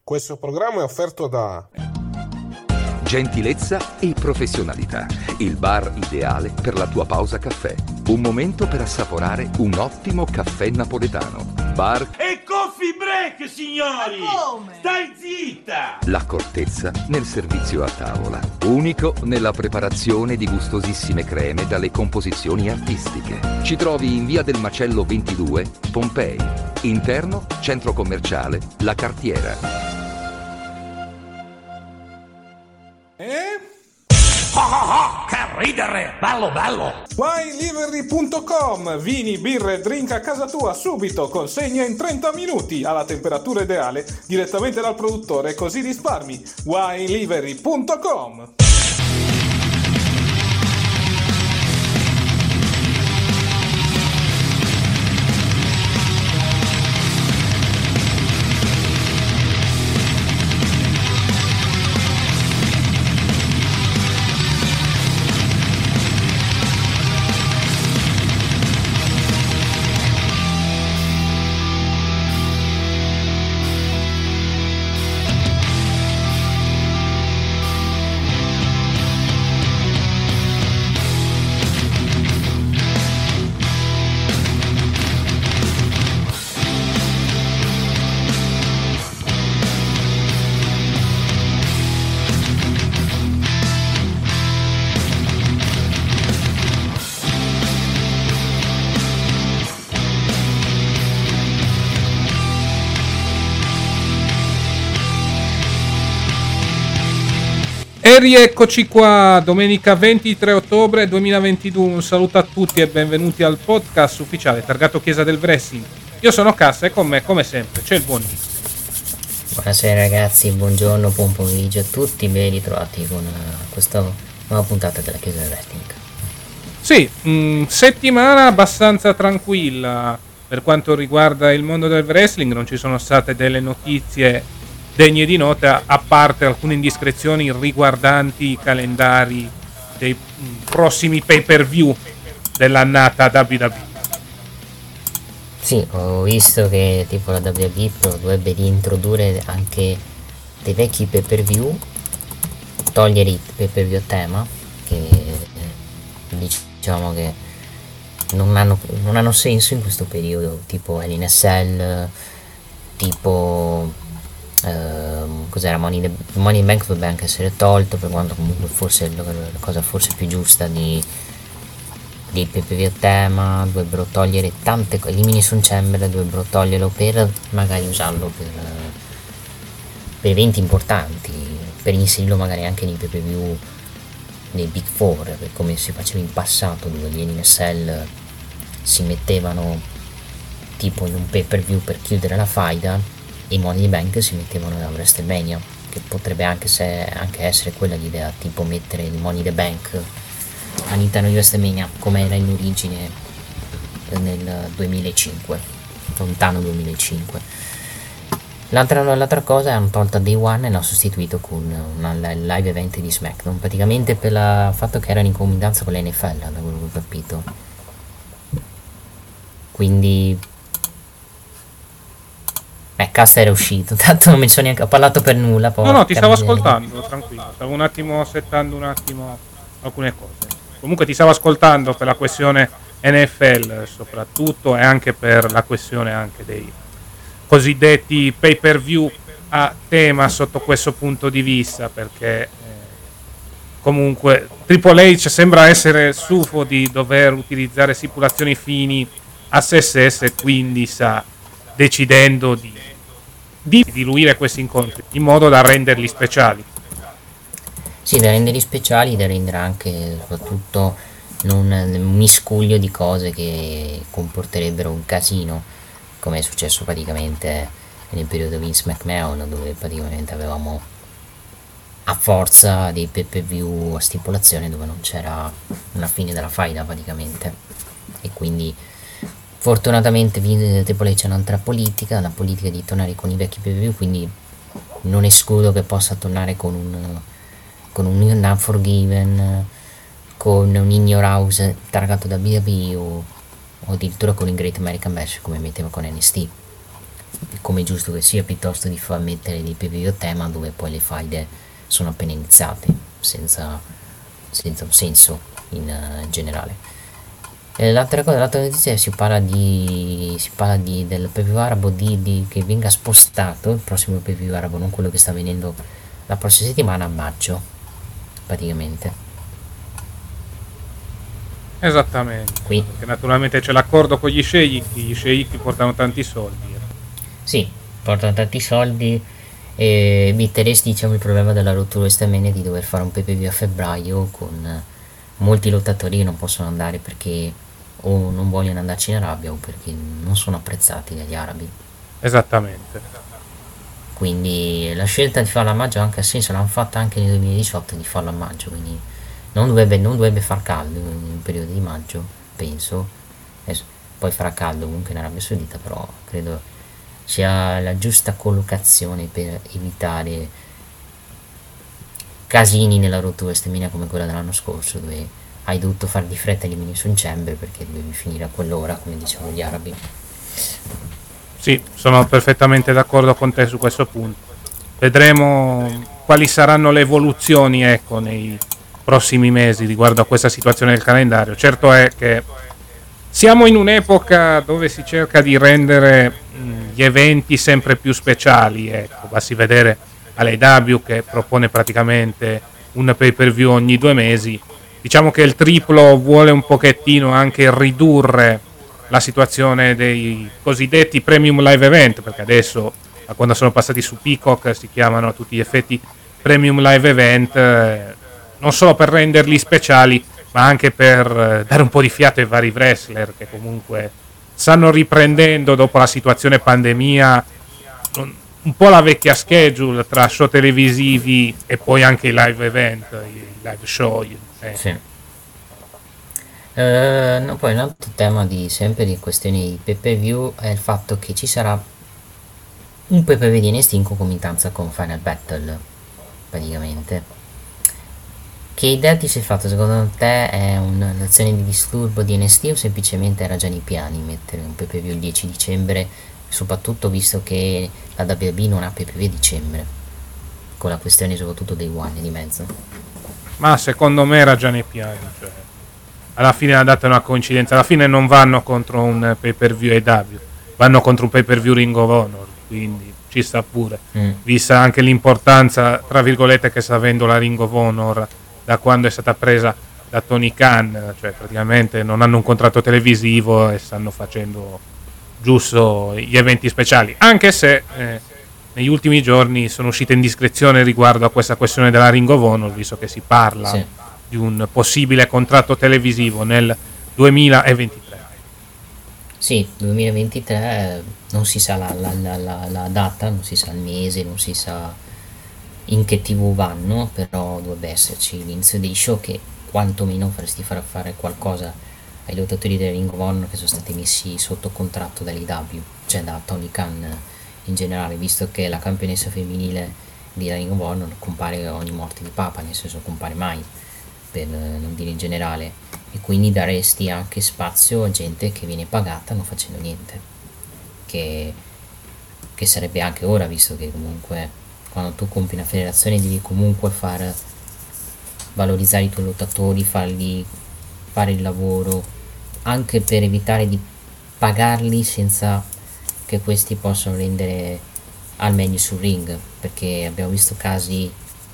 Questo programma è offerto da Gentilezza e professionalità. Il bar ideale per la tua pausa caffè. Un momento per assaporare un ottimo caffè napoletano. Bar e coffee break, signori! Ma come? Stai zitta! L'accortezza nel servizio a tavola. Unico nella preparazione di gustosissime creme dalle composizioni artistiche. Ci trovi in via del Macello 22, Pompei. Interno, centro commerciale, La Cartiera. Che ridere! Bello, bello! WineLivery.com. Vini, birre, drink a casa tua subito, consegna in 30 minuti alla temperatura ideale direttamente dal produttore, così risparmi. WineLivery.com. E rieccoci qua, domenica 23 ottobre 2022, un saluto a tutti e benvenuti al podcast ufficiale targato Chiesa del Wrestling. Io sono Cassa e con me, come sempre, c'è il buon Nick. Buonasera ragazzi, buongiorno, buon pomeriggio a tutti, ben ritrovati con questa nuova puntata della Chiesa del Wrestling. Sì, settimana abbastanza tranquilla per quanto riguarda il mondo del wrestling, non ci sono state delle notizie degne di nota, a parte alcune indiscrezioni riguardanti i calendari dei prossimi pay-per-view dell'annata WWE. Sì, ho visto che tipo la WWE dovrebbe riintrodurre anche dei vecchi pay-per-view, togliere i pay-per-view a tema, che diciamo che non hanno senso in questo periodo, tipo Hell in a Cell, tipo cos'era Money in Bank dovrebbe anche essere tolto, per quanto comunque forse la cosa forse più giusta di PPV a tema, dovrebbero togliere tante cose, Elimination Chamber dovrebbero toglierlo per magari usarlo per eventi importanti, per inserirlo magari anche nei PPV nei Big Four, come si faceva in passato, dove gli NSL si mettevano tipo in un pay per view per chiudere la faida e i Money in Bank si mettevano da WrestleMania, che potrebbe anche essere quella l'idea, tipo mettere il Money in the Bank all'interno di WrestleMania come era in origine nel 2005, lontano 2005. L'altra cosa è hanno tolto Day One e l'hanno sostituito con un live event di SmackDown, praticamente per il fatto che erano in comunicanza con l'NFL, da quello che ho capito. Quindi Cassa era uscito, tanto non mi sono neanche parlato per nulla. No, ti stavo ascoltando, tranquillo, stavo un attimo settando alcune cose. Comunque ti stavo ascoltando per la questione NFL soprattutto, e anche per la questione anche dei cosiddetti pay per view a tema sotto questo punto di vista, perché comunque Triple H sembra essere stufo di dover utilizzare stipulazioni fini a se stesse, quindi sta decidendo di diluire questi incontri in modo da renderli speciali. Sì, da renderli speciali, da rendere anche soprattutto non un miscuglio di cose che comporterebbero un casino, come è successo praticamente nel periodo Vince McMahon, dove praticamente avevamo a forza dei pay-per-view a stipulazione dove non c'era una fine della faida praticamente, e quindi fortunatamente Triple H c'è un'altra politica, la politica di tornare con i vecchi pay-per-view, quindi non escludo che possa tornare con un Unforgiven, con un In Your House targato da WWE o addirittura con il Great American Bash come metteva con NXT. come è giusto che sia, piuttosto di far mettere dei PPV a tema dove poi le faide sono appena iniziate, senza un senso in generale. L'altra notizia si parla del PPV arabo che venga spostato, il prossimo PPV arabo, non quello che sta avvenendo la prossima settimana, a maggio, praticamente. Esattamente. Qui. Perché naturalmente c'è l'accordo con gli sceicchi portano tanti soldi. Sì, portano tanti soldi e eviteresti, diciamo, il problema della rottura estemene di dover fare un PPV a febbraio con molti lottatori che non possono andare perché o non vogliono andarci in Arabia o perché non sono apprezzati dagli arabi. Esattamente. Quindi la scelta di farla a maggio ha anche senso, l'hanno fatta anche nel 2018 di farla a maggio, quindi non dovrebbe far caldo nel periodo di maggio, penso. Poi farà caldo comunque in Arabia Saudita, però credo sia la giusta collocazione per evitare casini nella rottura estemina come quella dell'anno scorso, dove hai dovuto fare di fretta l'Elimination Chamber perché dovevi finire a quell'ora, come dicevano gli arabi. Sì, sono perfettamente d'accordo con te su questo punto. Vedremo quali saranno le evoluzioni, ecco, nei prossimi mesi riguardo a questa situazione del calendario. Certo è che siamo in un'epoca dove si cerca di rendere gli eventi sempre più speciali, ecco, basti vedere all'AEW che propone praticamente un pay-per-view ogni 2 mesi. Diciamo che il triplo vuole un pochettino anche ridurre la situazione dei cosiddetti premium live event, perché adesso, da quando sono passati su Peacock, si chiamano a tutti gli effetti premium live event, non solo per renderli speciali, ma anche per dare un po' di fiato ai vari wrestler che comunque stanno riprendendo dopo la situazione pandemia un po' la vecchia schedule tra show televisivi e poi anche i live event, i live show. Sì. No, poi un altro tema sempre di questioni di pay-per-view è il fatto che ci sarà un pay-per-view di NXT in concomitanza con Final Battle, praticamente. Che idea ti sei fatto? Secondo te è un'azione di disturbo di NXT o semplicemente era già nei piani mettere un pay-per-view il 10 dicembre, soprattutto visto che la WWE non ha pay-per-view a dicembre, con la questione soprattutto dei One di mezzo? Ma secondo me era già nei piani, cioè, alla fine la data è una coincidenza, alla fine non vanno contro un pay-per-view AEW, vanno contro un pay-per-view Ring of Honor, quindi ci sta pure, vista anche l'importanza, tra virgolette, che sta avendo la Ring of Honor da quando è stata presa da Tony Khan, cioè praticamente non hanno un contratto televisivo e stanno facendo giusto gli eventi speciali, anche se negli ultimi giorni sono uscite indiscrezioni riguardo a questa questione della Ring of Honor, visto che si parla di un possibile contratto televisivo nel 2023. Sì, 2023, non si sa la data, non si sa il mese, non si sa in che TV vanno, però dovrebbe esserci l'inizio dei show, che quantomeno faresti fare qualcosa ai lottatori del Ring of Honor che sono stati messi sotto contratto dall'AEW, cioè da Tony Khan in generale, visto che la campionessa femminile di Ring of Honor compare ogni morte di papa, nel senso compare mai, per non dire in generale, e quindi daresti anche spazio a gente che viene pagata non facendo niente, che sarebbe anche ora, visto che comunque quando tu compi una federazione devi comunque far valorizzare i tuoi lottatori, farli fare il lavoro, anche per evitare di pagarli senza che questi possano rendere al meglio sul ring, perché abbiamo visto casi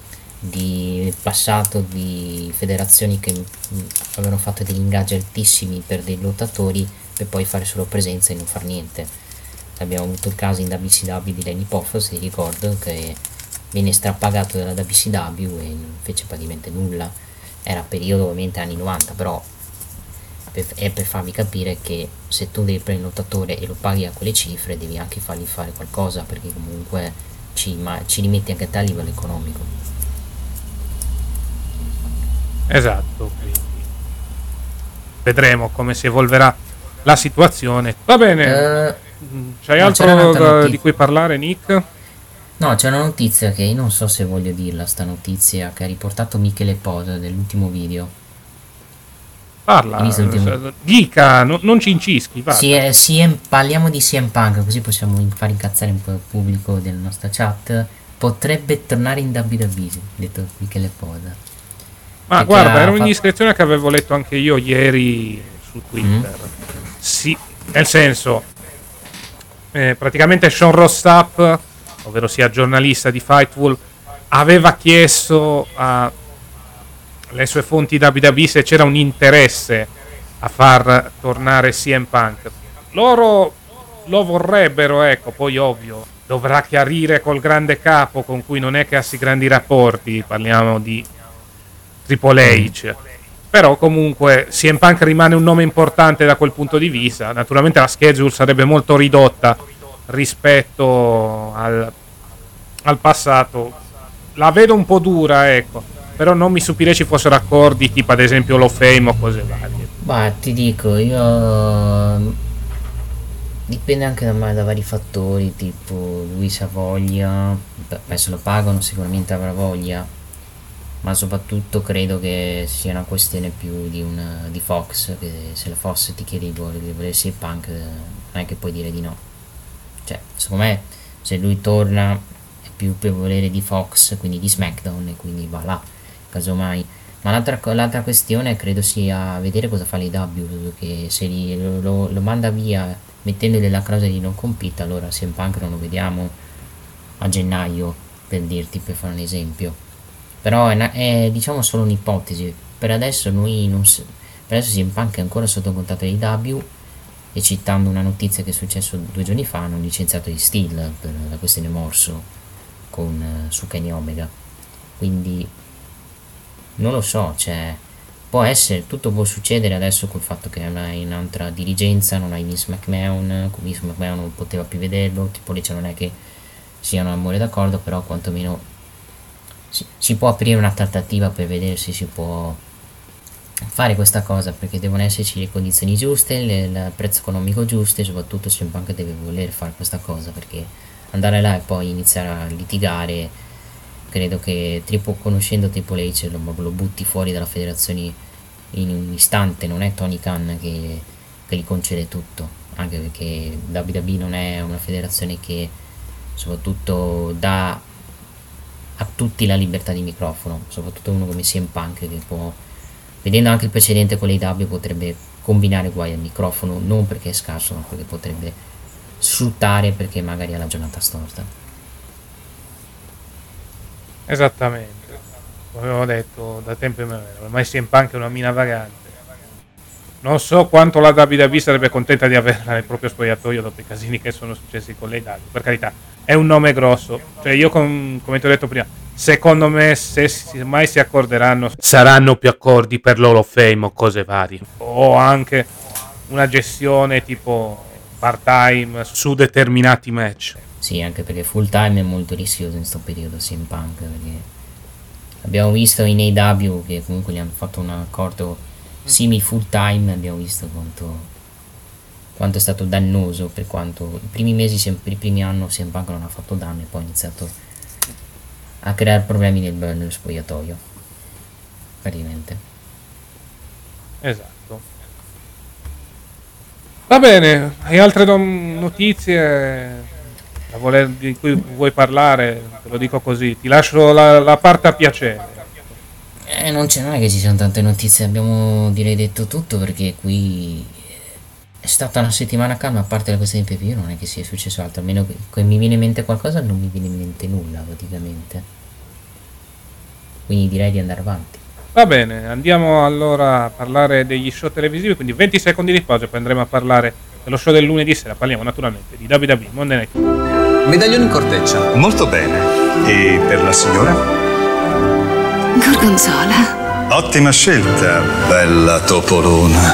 di passato di federazioni che avevano fatto degli ingaggi altissimi per dei lottatori per poi fare solo presenza e non far niente. Abbiamo avuto il caso in WCW di Lenny Poff, se ricordo, che viene strapagato dalla WCW e non fece praticamente nulla. Era periodo ovviamente anni 90, però è per farvi capire che se tu devi prendere un lottatore e lo paghi a quelle cifre devi anche fargli fare qualcosa, perché comunque ci rimetti anche a te a livello economico. Esatto, quindi vedremo come si evolverà la situazione. Va bene, c'hai altro di cui parlare, Nick? No, c'è una notizia che io non so se voglio dirla, sta notizia che ha riportato Michele Posa nell'ultimo video. Parla, dica, non ci incischi. Parliamo di CM Punk, così possiamo far incazzare un po' il pubblico della nostra chat. Potrebbe tornare in WWE, detto Michele Posa. Ma perché guarda, era un'indiscrezione che avevo letto anche io ieri su Twitter. Sì, nel senso, praticamente Sean Ross Sapp, ovvero sia giornalista di Fightful, aveva chiesto alle sue fonti WWE se c'era un interesse a far tornare CM Punk. Loro lo vorrebbero, ecco, poi ovvio dovrà chiarire col grande capo con cui non è che ha sì grandi rapporti, parliamo di Triple H, però comunque CM Punk rimane un nome importante da quel punto di vista. Naturalmente la schedule sarebbe molto ridotta rispetto al passato, la vedo un po' dura, ecco, però non mi stupirei ci fossero accordi tipo ad esempio Hall of Fame o cose varie. Ma ti dico, io dipende anche da vari fattori, tipo lui se ha voglia, se lo pagano sicuramente avrà voglia, ma soprattutto credo che sia una questione più di Fox, che se la Fox ti chiede di volersi Punk non è che puoi dire di no. Cioè, secondo me se lui torna è più per volere di Fox, quindi di SmackDown, e quindi va là, casomai. Ma l'altra questione credo sia vedere cosa fa l'AEW, che se lo manda via mettendogli la clausola di non compete, allora CM Punk non lo vediamo a gennaio, per dirti, per fare un esempio. Però è diciamo solo un'ipotesi. Per adesso per adesso CM Punk è ancora sotto contratto di AEW, e citando una notizia che è successo 2 giorni fa, hanno licenziato di Steel per la questione morso su Kenny Omega. Quindi non lo so, cioè può essere, tutto può succedere adesso col fatto che non hai un'altra dirigenza, non hai Vince McMahon, con Vince McMahon non poteva più vederlo, tipo lì non è che siano amore d'accordo, però quantomeno si può aprire una trattativa per vedere se si può fare questa cosa, perché devono esserci le condizioni giuste, il prezzo economico giusto, e soprattutto CM Punk deve voler fare questa cosa, perché andare là e poi iniziare a litigare, credo che conoscendo Triple H lo butti fuori dalla federazione in un istante. Non è Tony Khan che gli concede tutto, anche perché WWE non è una federazione che soprattutto dà a tutti la libertà di microfono, soprattutto uno come CM Punk, che può, vedendo anche il precedente con l'AEW, potrebbe combinare guai al microfono, non perché è scarso, ma perché potrebbe sfruttare, perché magari ha la giornata storta. Esattamente, come avevo detto da tempo in memoria, ormai CM Punk è una mina vagante. Non so quanto la WWE sarebbe contenta di averla nel proprio spogliatoio dopo i casini che sono successi con le date. Per carità, è un nome grosso, cioè io come ti ho detto prima, secondo me se mai si accorderanno saranno più accordi per l'Hall of Fame o cose varie, o anche una gestione tipo part time su determinati match. Sì, anche perché full time è molto rischioso in questo periodo CM Punk, perché abbiamo visto in AEW che comunque gli hanno fatto un accordo simil full time, abbiamo visto quanto è stato dannoso, per quanto i primi mesi, per i primi anni CM Punk non ha fatto danno, e poi ha iniziato a creare problemi nello spogliatoio, praticamente. Esatto. Va bene, hai altre notizie di cui vuoi parlare? Te lo dico così, ti lascio la parte a piacere. Non è che ci sono tante notizie, abbiamo direi detto tutto, perché qui è stata una settimana calma, a parte la questione di PPU non è che sia successo altro, almeno che mi viene in mente qualcosa, non mi viene in mente nulla praticamente, quindi direi di andare avanti. Va bene, andiamo allora a parlare degli show televisivi, quindi 20 secondi di pausa e poi andremo a parlare dello show del lunedì sera. Parliamo naturalmente di WWE Monday Night. Medaglione in corteccia. Molto bene. E per la signora? Gorgonzola. Ottima scelta, bella topolona.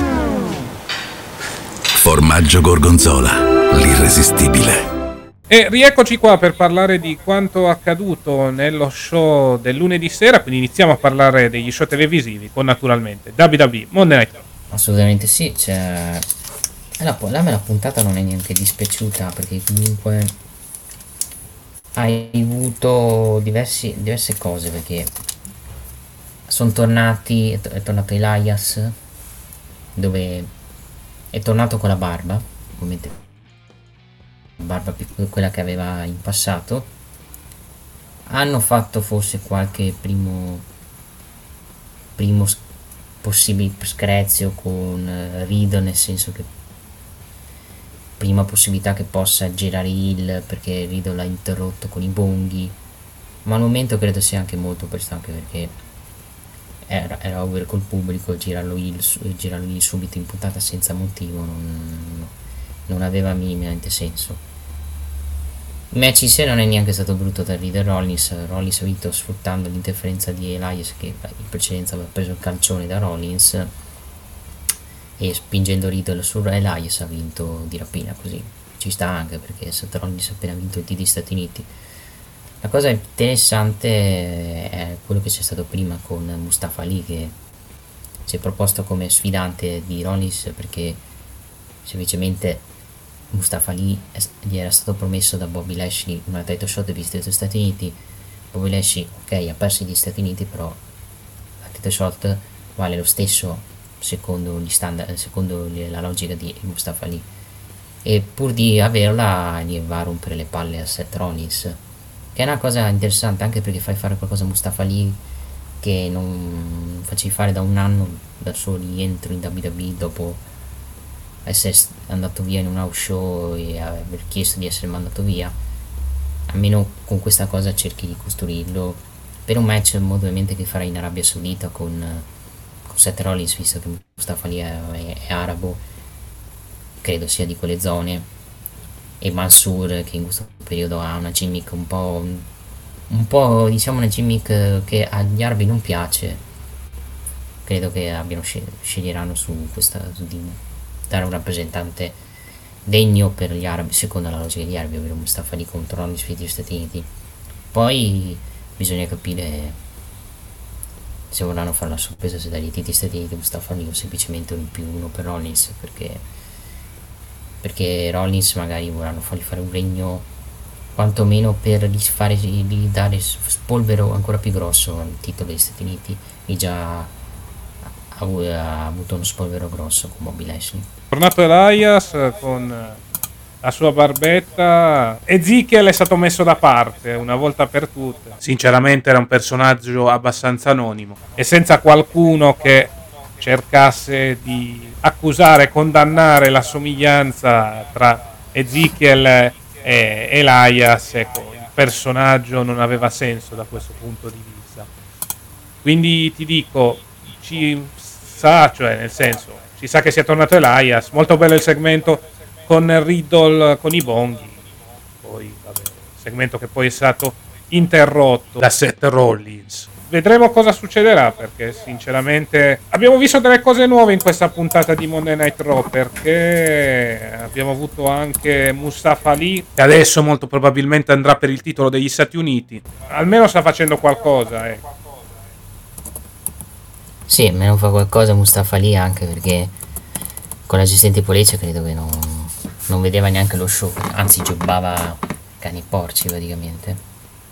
Formaggio Gorgonzola, l'irresistibile. E rieccoci qua per parlare di quanto accaduto nello show del lunedì sera, quindi iniziamo a parlare degli show televisivi con naturalmente WWE Monday Night. Assolutamente sì, cioè a me la puntata non è neanche dispiaciuta, perché comunque hai avuto diverse cose, perché sono tornati, è tornato Elias, dove è tornato con la barba, ovviamente barba più quella che aveva in passato. Hanno fatto forse qualche primo possibile screzio con Riddle, nel senso che prima possibilità che possa girare Hill perché Riddle l'ha interrotto con i bonghi, ma al momento credo sia anche molto questo, anche perché era over col pubblico, girarlo Hill subito in puntata senza motivo non aveva minimamente senso. Il match in sé non è neanche stato brutto da Riddle e Rollins ha vinto sfruttando l'interferenza di Elias, che in precedenza aveva preso il calcione da Rollins, e spingendo Riddle su Elias ha vinto di rapina. Così ci sta, anche perché Seth Rollins ha appena vinto il TD Stati Uniti. La cosa interessante è quello che c'è stato prima con Mustafa Ali, che si è proposto come sfidante di Rollins perché semplicemente Mustafa Ali gli era stato promesso da Bobby Lashley una title shot visto negli Stati Uniti. Bobby Lashley, ok, ha perso gli Stati Uniti, però la title shot vale lo stesso secondo gli standard, secondo la logica di Mustafa Ali, e pur di averla gli va a rompere le palle a Seth Rollins, che è una cosa interessante, anche perché fai fare qualcosa a Mustafa Ali che non facevi fare da un anno, dal suo rientro in WWE dopo essere andato via in un house show e aver chiesto di essere mandato via. Almeno con questa cosa cerchi di costruirlo per un match ovviamente che farai in Arabia Saudita con Seth Rollins, visto che Mustafa Ali è arabo, credo sia di quelle zone, e Mansoor, che in questo periodo ha una gimmick un po' diciamo una gimmick che agli arabi non piace. Credo che sceglieranno su di dare un rappresentante degno per gli arabi, secondo la logica degli arabi, ovvero Mustafa Ali contro Rollins per gli Stati Uniti. Poi bisogna capire se vorranno fare la sorpresa, se dagli TT Stati Uniti Mustafa Ali o semplicemente un +1 per Rollins, perché Rollins magari vorranno fargli fare un regno quantomeno per gli dare spolvero ancora più grosso al titolo degli Stati Uniti, e già ha avuto uno spolvero grosso con Bobby Lashley. Tornato Elias con la sua barbetta, Ezekiel è stato messo da parte una volta per tutte. Sinceramente era un personaggio abbastanza anonimo e senza qualcuno che cercasse di accusare e condannare la somiglianza tra Ezekiel e Elias, ecco, il personaggio non aveva senso da questo punto di vista. Quindi ti dico, ci sa che sia tornato Elias. Molto bello il segmento con Riddle con i bonghi, poi vabbè, segmento che poi è stato interrotto da Seth Rollins. Vedremo cosa succederà, perché sinceramente abbiamo visto delle cose nuove in questa puntata di Monday Night Raw, perché abbiamo avuto anche Mustafa Ali, che adesso molto probabilmente andrà per il titolo degli Stati Uniti. Almeno sta facendo qualcosa, ecco. Sì, almeno fa qualcosa Mustafa Ali, anche perché con l'assistente polizia credo che non vedeva neanche lo show, anzi giocava cani porci praticamente.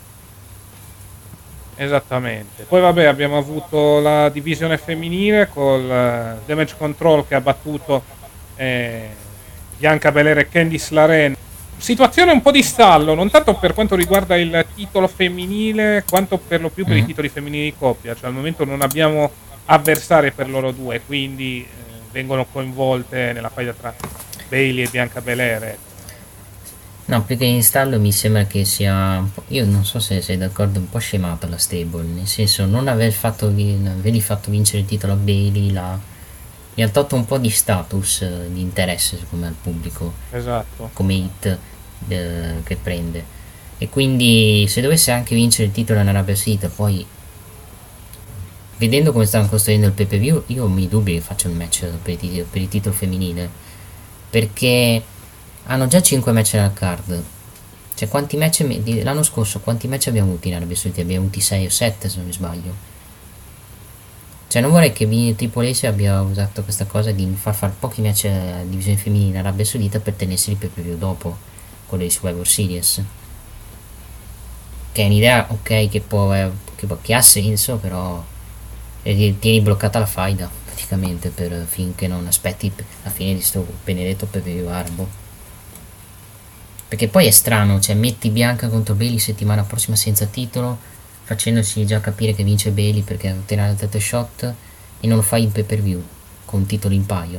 Esattamente. Poi vabbè, abbiamo avuto la divisione femminile col Damage Control che ha battuto Bianca Belair e Candice LeRae. Situazione un po' di stallo, non tanto per quanto riguarda il titolo femminile, quanto per lo più per i titoli femminili di coppia. Cioè al momento non abbiamo avversari per loro due, quindi vengono coinvolte nella faida tra Bayley e Bianca Belair. No, più che in stallo mi sembra che sia un po', io non so se sei d'accordo, un po' scemata la stable, nel senso non avergli fatto vincere il titolo a Bayley gli ha tolto un po' di status, di interesse secondo me al pubblico, esatto, come hit che prende, e quindi se dovesse anche vincere il titolo in Arabia Saudita, poi vedendo come stanno costruendo il pay-per-view io mi dubbio che faccia un match per il titolo femminile, perché hanno già 5 match nel card. Cioè quanti match l'anno scorso, quanti match abbiamo avuti in Arabia Saudita? Abbiamo avuti 6 o 7 se non mi sbaglio. Cioè non vorrei che Triple H abbia usato questa cosa di far pochi match a divisione femminile in Arabia Saudita per tenersi il pay-per-view dopo con le Survivor Series, che è un'idea ok che ha senso, però tieni bloccata la faida praticamente finché non aspetti la fine di sto benedetto PPV Arbo. Perché poi è strano, cioè metti Bianca contro Bailey settimana prossima senza titolo, facendoci già capire che vince Bailey perché otterrà il title shot, e non lo fai in pay per view con titolo in paio.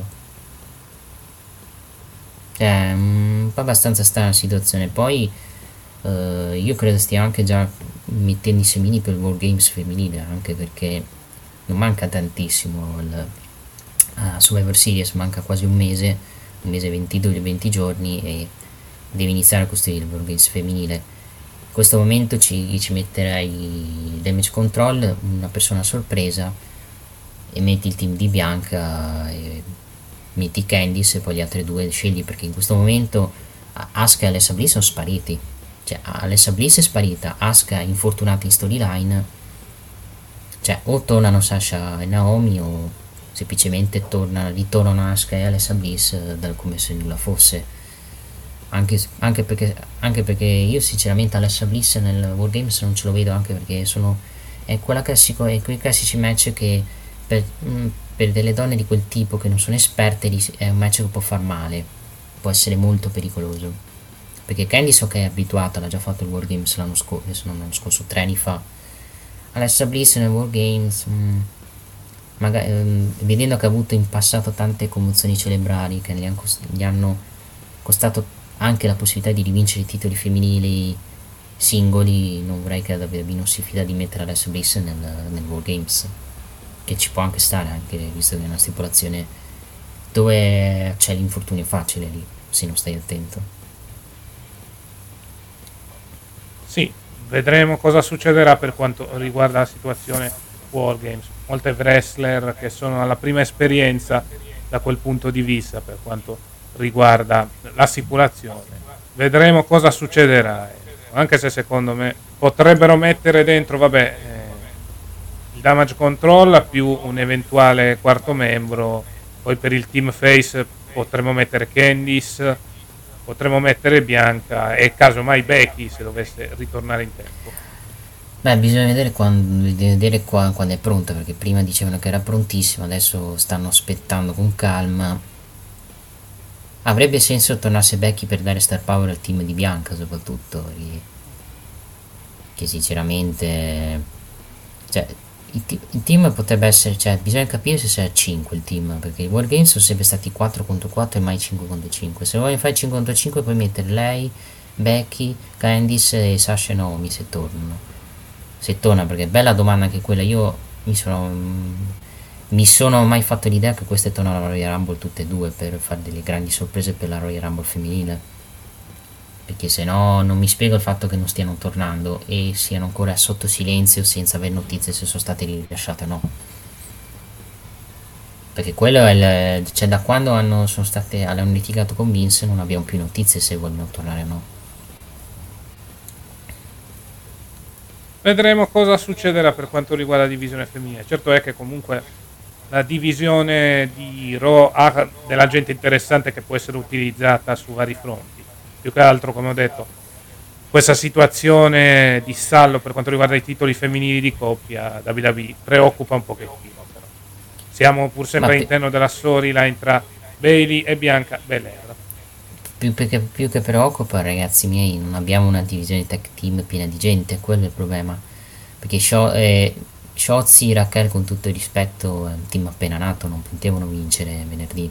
È un po' abbastanza strana la situazione. Poi io credo stia anche già mettendo i semini per il World Games femminile, anche perché non manca tantissimo a Survivor Series, manca quasi un mese e 20 giorni, e devi iniziare a costruire il World Games femminile. In questo momento ci metterei Damage Control, una persona sorpresa, e metti il team di Bianca e metti Candice, e poi gli altri due scegli, perché in questo momento Asuka e Alexa Bliss sono spariti. Cioè Alexa Bliss è sparita, Asuka è infortunata in storyline, cioè o tornano Sasha e Naomi o semplicemente ritornano Asuka e Alexa Bliss come se nulla fosse. Anche perché io sinceramente Alexa Bliss nel War Games non ce lo vedo, anche perché è quei classici match che per delle donne di quel tipo che non sono esperte è un match che può far male, può essere molto pericoloso. Perché Candy so che è abituata, l'ha già fatto il War Games l'anno scorso, 3 anni fa. Alexa Bliss nel War Games, vedendo che ha avuto in passato tante commozioni cerebrali che gli hanno costato anche la possibilità di rivincere i titoli femminili singoli, non vorrei che la WWE non si fida di mettere Alexa Bliss nel War Games, che ci può anche stare, anche visto che è una stipulazione dove c'è l'infortunio facile lì, se non stai attento. Sì, vedremo cosa succederà per quanto riguarda la situazione War Games. Molte wrestler che sono alla prima esperienza da quel punto di vista per quanto riguarda la stipulazione. Vedremo cosa succederà, anche se secondo me potrebbero mettere dentro, il damage control più un eventuale quarto membro. Poi per il team face potremmo mettere Candice, potremmo mettere Bianca e casomai Becky se dovesse ritornare in tempo. Bisogna vedere quando è pronta, perché prima dicevano che era prontissima, adesso stanno aspettando con calma. Avrebbe senso tornasse Becky per dare star power al team di Bianca, soprattutto, che sinceramente, cioè, il team potrebbe essere, cioè, bisogna capire se è 5 il team, perché i War Games sono sempre stati 4 contro 4 e mai 5 contro 5. Se vogliono fare 5 contro 5 puoi mettere lei, Becky, Candice e Sasha e Naomi se torna, perché è bella domanda anche quella. Io mi sono mai fatto l'idea che queste tornano alla Royal Rumble tutte e due per fare delle grandi sorprese per la Royal Rumble femminile, perché se no non mi spiego il fatto che non stiano tornando e siano ancora sotto silenzio senza avere notizie se sono state rilasciate o no, perché quello è cioè da quando hanno litigato con Vince non abbiamo più notizie se vogliono tornare o no. Vedremo cosa succederà per quanto riguarda la divisione femminile. Certo è che comunque la divisione di Raw ha della gente interessante che può essere utilizzata su vari fronti. Più che altro, come ho detto, questa situazione di stallo per quanto riguarda i titoli femminili di coppia WWE preoccupa un pochettino, però. Siamo pur sempre all'interno della storyline tra Bailey e Bianca Belair. Più che preoccupa, ragazzi miei, non abbiamo una divisione tag team piena di gente, quello è il problema, perché Shotzi e Raquel, con tutto il rispetto, è un team appena nato, non potevano vincere venerdì,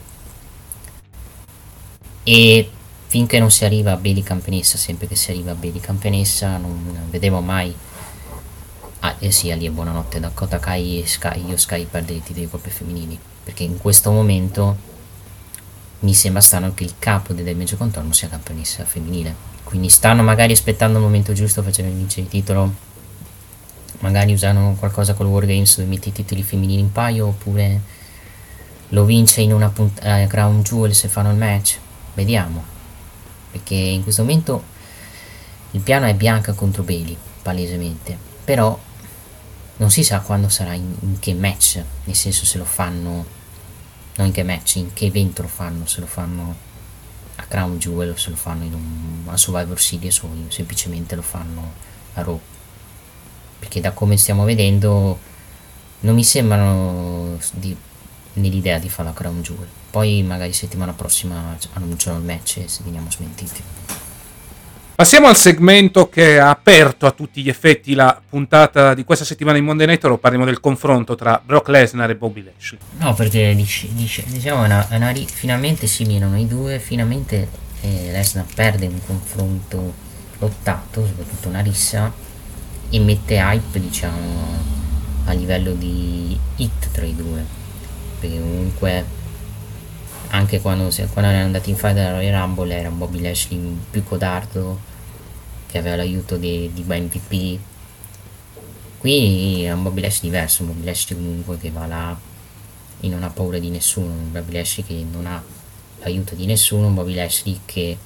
e finché non si arriva a Bailey campionessa, sempre che si arriva a Bailey campionessa, non vedevo mai sì, lì è buonanotte Dakota Kai e Io Sky perdere i titoli di coppie femminili, perché in questo momento mi sembra strano che il capo del Damage Control non sia campionessa femminile, quindi stanno magari aspettando il momento giusto facendo vincere il titolo, magari usano qualcosa col War Games dove mette i titoli femminili in paio, oppure lo vince in una Crown Jewel se fanno il match, vediamo, perché in questo momento il piano è Bianca contro Bailey palesemente, però non si sa quando sarà, in che match, nel senso se lo fanno, non in che match, in che evento lo fanno, se lo fanno a Crown Jewel o se lo fanno a Survivor Series o semplicemente lo fanno a Raw, perché da come stiamo vedendo non mi sembrano nell'idea di fare la Crown Jewel. Poi magari settimana prossima annunciano il match e se veniamo smentiti. Passiamo al segmento che ha aperto a tutti gli effetti la puntata di questa settimana in Monday Night Raw. Parliamo del confronto tra Brock Lesnar e Bobby Lashley. No, perché diciamo finalmente si mirano i due, finalmente Lesnar perde un confronto lottato, soprattutto una rissa, e mette hype, diciamo, a livello di hit tra i due, perché comunque anche quando erano andati in fight dalla Royal Rumble era un Bobby Lashley più codardo, che aveva l'aiuto di MVP. Qui è un Bobby Lashley diverso, un Bobby Lashley comunque che va là e non ha paura di nessuno, un Bobby Lashley che non ha l'aiuto di nessuno, un Bobby Lashley che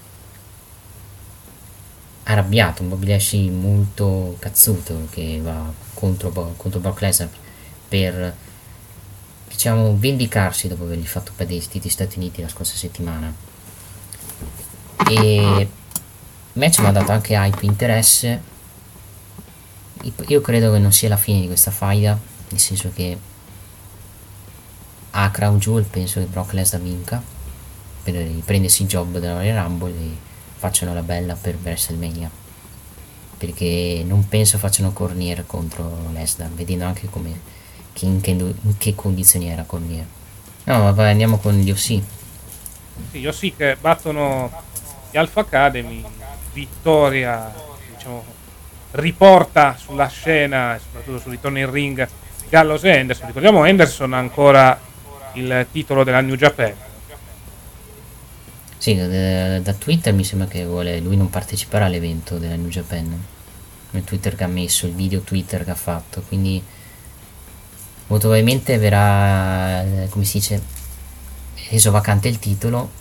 arrabbiato, un Bobby Lashley molto cazzuto, che va contro Brock Lesnar per, diciamo, vendicarsi dopo avergli fatto perdere i titoli Stati Uniti la scorsa settimana. E il match mi ha dato anche hype, interesse. Io credo che non sia la fine di questa faida, nel senso che a Crown Jewel penso che Brock Lesnar vinca per riprendersi il job della Royal Rumble e facciano la bella per WrestleMania, perché non penso facciano Cornier contro Lesnar, vedendo anche in che condizioni era Cornier. No, vabbè, andiamo con gli OC. Sì, gli OC che battono gli Alpha Academy. Vittoria, diciamo, riporta sulla scena e soprattutto sul ritorno in ring Gallows e Anderson. Ricordiamo, Anderson ha ancora il titolo della New Japan. Sì, da Twitter mi sembra che lui non parteciperà all'evento della New Japan, nel Twitter che ha messo, il video Twitter che ha fatto, quindi molto probabilmente verrà, come si dice, reso vacante il titolo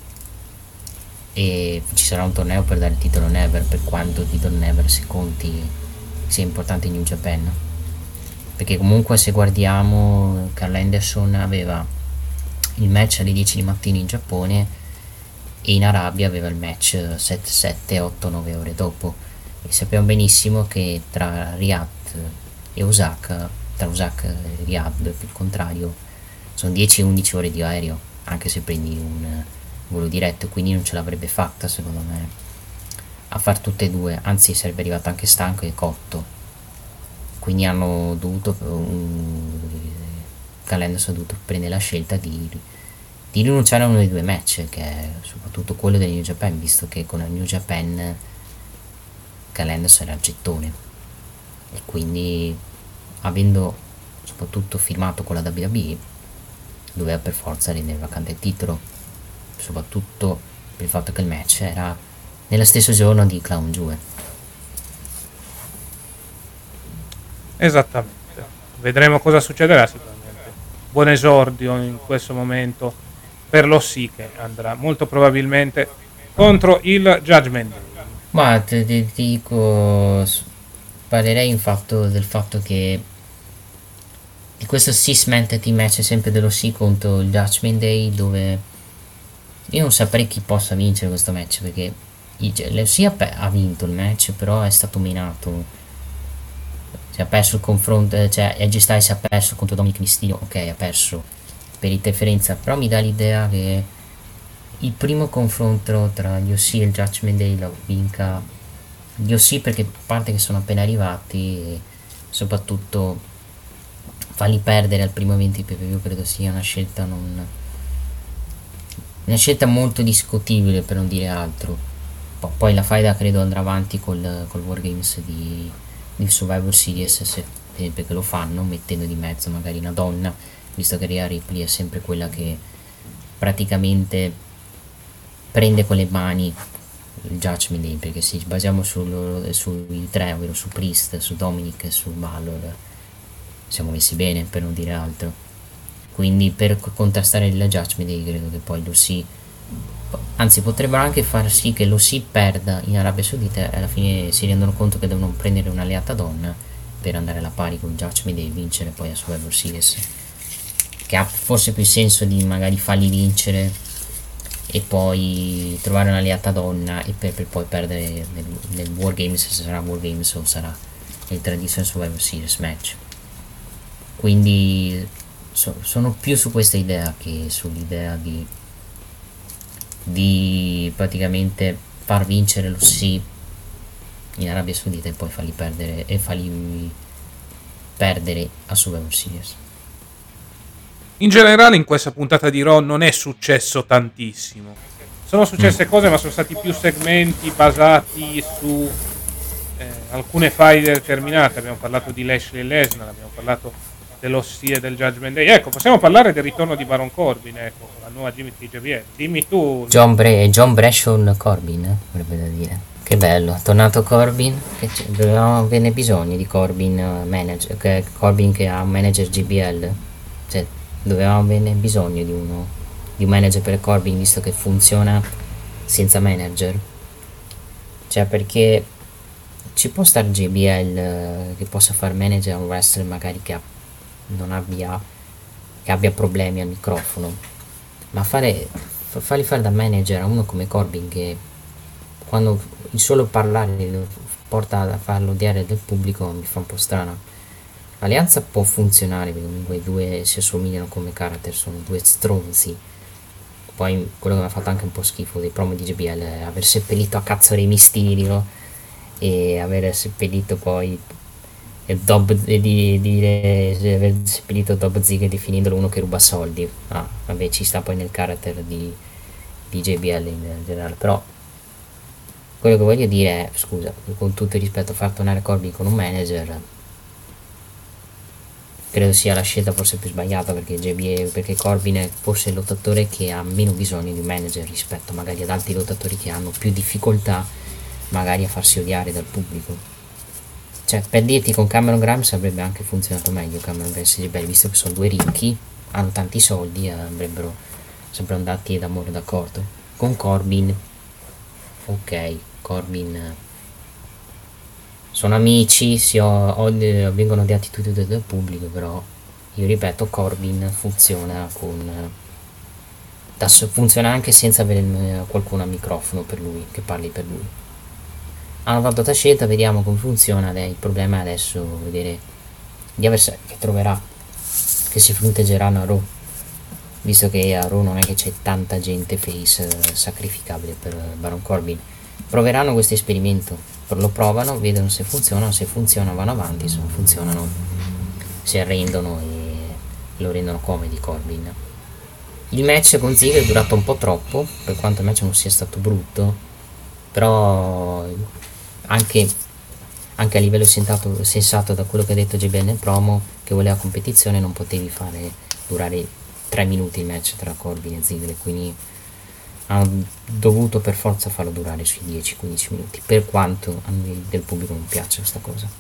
e ci sarà un torneo per dare il titolo Never, per quanto il titolo Never si conti sia importante in New Japan, perché comunque se guardiamo Carl Anderson aveva il match alle 10 di mattina in Giappone e in Arabia aveva il match 7, 8, 9 ore dopo, e sappiamo benissimo che tra Riyadh e Osaka, tra Osaka e Riyadh il contrario, sono 10-11 ore di aereo, anche se prendi un volo diretto, quindi non ce l'avrebbe fatta secondo me a far tutte e due, anzi sarebbe arrivato anche stanco e cotto, quindi hanno dovuto Calendarsi ha dovuto prendere la scelta di rinunciare a uno dei due match, che è soprattutto quello del New Japan, visto che con la New Japan Calendarsi era il gettone, e quindi avendo soprattutto firmato con la WWE doveva per forza rendere vacante il titolo, soprattutto per il fatto che il match era nello stesso giorno di Crown Jewel. Esattamente, vedremo cosa succederà. Sicuramente buon esordio in questo momento per l'OC, che andrà molto probabilmente contro il Judgment Day. Ma ti dico, parlerei del fatto che di questo six-man team match sempre dell'OC contro il Judgment Day, dove io non saprei chi possa vincere questo match, perché l'OC ha vinto il match, però è stato minato. Ha perso il confronto, cioè AJ Styles ha perso contro Dominic Mysterio, ok, ha perso per interferenza, però mi dà l'idea che il primo confronto tra gli OC e il Judgment Day lo vinca gli OC, perché a parte che sono appena arrivati e soprattutto farli perdere al primo evento di PPV credo sia una scelta molto discutibile, per non dire altro. Poi la faida credo andrà avanti col Wargames di Survivor Series, perché lo fanno mettendo di mezzo magari una donna, visto che Rhea Ripley è sempre quella che praticamente prende con le mani il Judgment Day, perché se ci basiamo sui tre, ovvero su Priest, su Dominic e su Balor, siamo messi bene, per non dire altro. Quindi per contrastare il Judgment Day credo che poi l'OC, anzi potrebbero anche far sì che l'OC perda in Arabia Saudita e alla fine si rendono conto che devono prendere un'alleata donna per andare alla pari con Judgment Day e vincere poi a Survivor Series, che ha forse più senso di magari farli vincere e poi trovare un'alleata donna e per poi perdere nel Wargames, se sarà Wargames o sarà nel Traditional Survivor Series match. Quindi sono più su questa idea che sull'idea di praticamente far vincere lo sì in Arabia Saudita e poi farli perdere a Survivor Series. In generale in questa puntata di Raw non è successo tantissimo. Sono successe cose, ma sono stati più segmenti basati su alcune faide determinate. Abbiamo parlato di Lashley e Lesnar, abbiamo parlato dello stile del Judgment Day. Ecco, possiamo parlare del ritorno di Baron Corbin, ecco, la nuova gimmick di JBL. Dimmi tu. John Bradshaw Corbin, vorrebbe da dire. Che bello, è tornato Corbin, dovevamo averne bisogno di Corbin manager, Corbin che ha un manager JBL, cioè dovevamo averne bisogno di un manager per Corbin, visto che funziona senza manager. Cioè, perché ci può stare JBL che possa far manager a un wrestler magari che abbia problemi al microfono, ma fargli fare da manager a uno come Corbin che quando il solo parlare lo porta a farlo odiare del pubblico mi fa un po' strano. L'alleanza può funzionare perché comunque i due si assomigliano come carattere, sono due stronzi. Poi quello che mi ha fatto anche un po' schifo dei promo di JBL è aver seppellito a cazzo Re Mysterio e aver seppellito poi il aver seppellito Dob Ziggler definendolo uno che ruba soldi. Vabbè, ci sta poi nel carattere di JBL in generale, però quello che voglio dire è, scusa, con tutto il rispetto, far tornare Corbin con un manager credo sia la scelta forse più sbagliata, perché Corbin è forse il lottatore che ha meno bisogno di un manager rispetto magari ad altri lottatori che hanno più difficoltà magari a farsi odiare dal pubblico. Cioè, per dirti, con Cameron Grimes avrebbe anche funzionato meglio Cameron Grimes e JBL, visto che sono due ricchi, hanno tanti soldi, avrebbero sempre andati d'amore d'accordo. Con Corbin, ok, Corbin sono amici, vengono odiati tutti dal pubblico, però io ripeto, Corbin funziona funziona anche senza avere qualcuno a microfono per lui, che parli per lui. Hanno fatto questa scelta, vediamo come funziona. Il problema è adesso vedere gli avversari che troverà, che si fronteggeranno a Raw, visto che a Raw non è che c'è tanta gente face sacrificabile per Baron Corbin. Proveranno questo esperimento, lo provano, vedono se funziona vanno avanti, se non funzionano si arrendono e lo rendono comedy Corbin. Il match con Ziggler è durato un po' troppo, per quanto il match non sia stato brutto, però anche a livello sensato da quello che ha detto JBL nel promo, che voleva competizione, non potevi fare durare 3 minuti il match tra Corbin e Ziggler, quindi hanno dovuto per forza farlo durare sui 10-15 minuti, per quanto a noi del pubblico non piace questa cosa.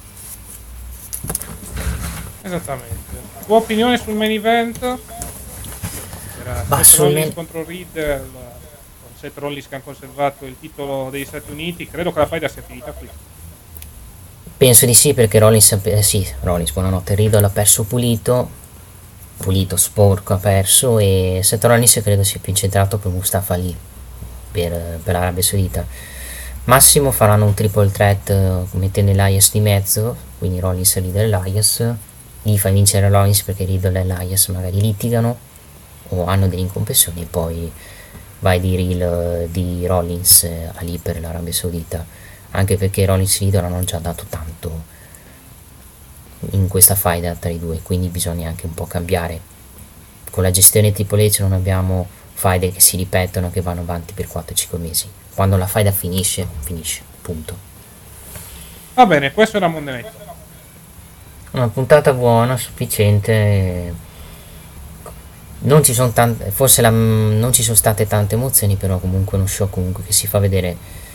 Esattamente. Tua opinione sul main event? Era Seth Rollins contro Riddle, con Seth Rollins che ha conservato il titolo degli Stati Uniti. Credo che la faida sia finita qui. Penso di sì, perché Rollins, buonanotte, Riddle ha perso pulito, sporco ha perso, e Seth Rollins credo sia più incentrato per Mustafa Ali per l'Arabia Saudita. Massimo faranno un triple threat mettendo Elias di mezzo, quindi Rollins, Riddle e Elias. Gli fa vincere Rollins perché Riddle e Elias magari litigano o hanno delle incompressioni, e poi vai di Rollins Ali per l'Arabia Saudita, anche perché Rollins e Riddle hanno già dato tanto in questa faida tra i due, quindi bisogna anche un po' cambiare. Con la gestione Triple H non abbiamo faide che si ripetono, che vanno avanti per 4-5 mesi. Quando la faida finisce, punto. Va bene, questo era Monday Night. Una puntata buona, sufficiente. Non ci sono non ci sono state tante emozioni, però comunque uno show comunque che si fa vedere,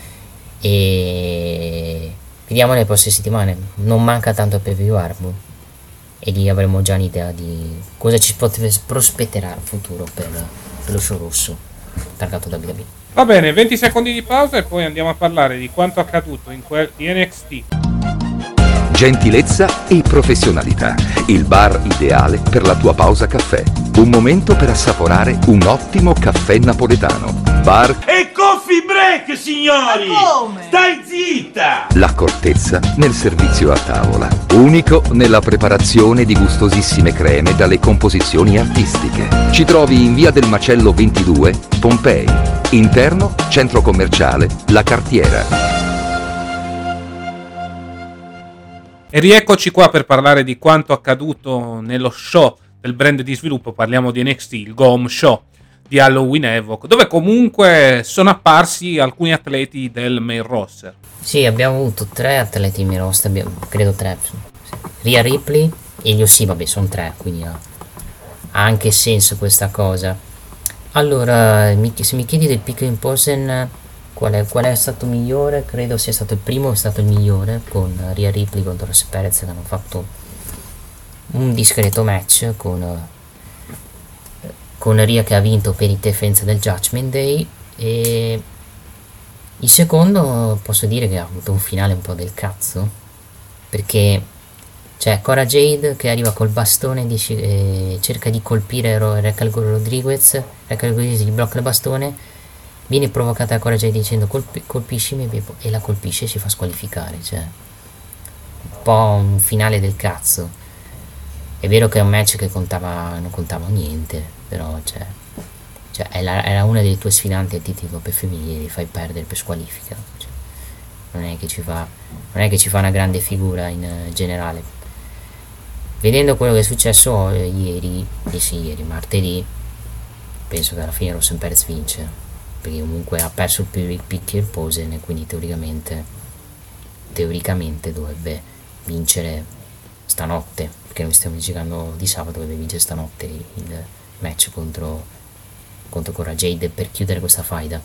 e vediamo le prossime settimane. Non manca tanto per PPV Arbo e lì avremo già un'idea di cosa ci potrebbe prospetterà il futuro per lo show rosso targato da WWE. Va bene, 20 secondi di pausa e poi andiamo a parlare di quanto accaduto in quel di NXT. Gentilezza e professionalità. Il bar ideale per la tua pausa caffè. Un momento per assaporare un ottimo caffè napoletano. bar, E coffee break, signori! Stai zitta! l'accortezza nel servizio a tavola, unico nella preparazione di gustosissime creme dalle composizioni artistiche. Ci trovi in via del Macello 22, Pompei. Interno, centro commerciale La Cartiera. E rieccoci qua per parlare di quanto accaduto nello show del brand di sviluppo. Parliamo di NXT, il Go Home Show di Halloween Havoc, dove comunque sono apparsi alcuni atleti del main roster. Sì, abbiamo avuto 3 atleti in main roster, credo 3. Rhea Ripley e gli Ossi, vabbè, sono 3, quindi ha anche senso questa cosa. Allora, se mi chiedi del pick in person, qual è stato migliore? Credo sia stato il primo, è stato il migliore, con Rhea Ripley contro Ross Perez, che hanno fatto un discreto match con Rhea che ha vinto per i defense del Judgment Day. E il secondo posso dire che ha avuto un finale un po' del cazzo, perché c'è Cora Jade che arriva col bastone e cerca di colpire Raquel Rodriguez gli blocca il bastone, viene provocata da Cora Jade dicendo colpiscimi, e la colpisce e si fa squalificare. Cioè, un po' un finale del cazzo. È vero che è un match che non contava niente, però era una delle tue sfidanti al titolo per femminile, li fai perdere per squalifica. Cioè, non è che ci fa una grande figura in generale. Vedendo quello che è successo martedì, penso che alla fine Ross Perez vince, perché comunque ha perso il pick in pose e quindi teoricamente dovrebbe vincere stanotte, perché noi stiamo giocando di sabato, dovrebbe vincere stanotte il match contro Cora Jade per chiudere questa faida.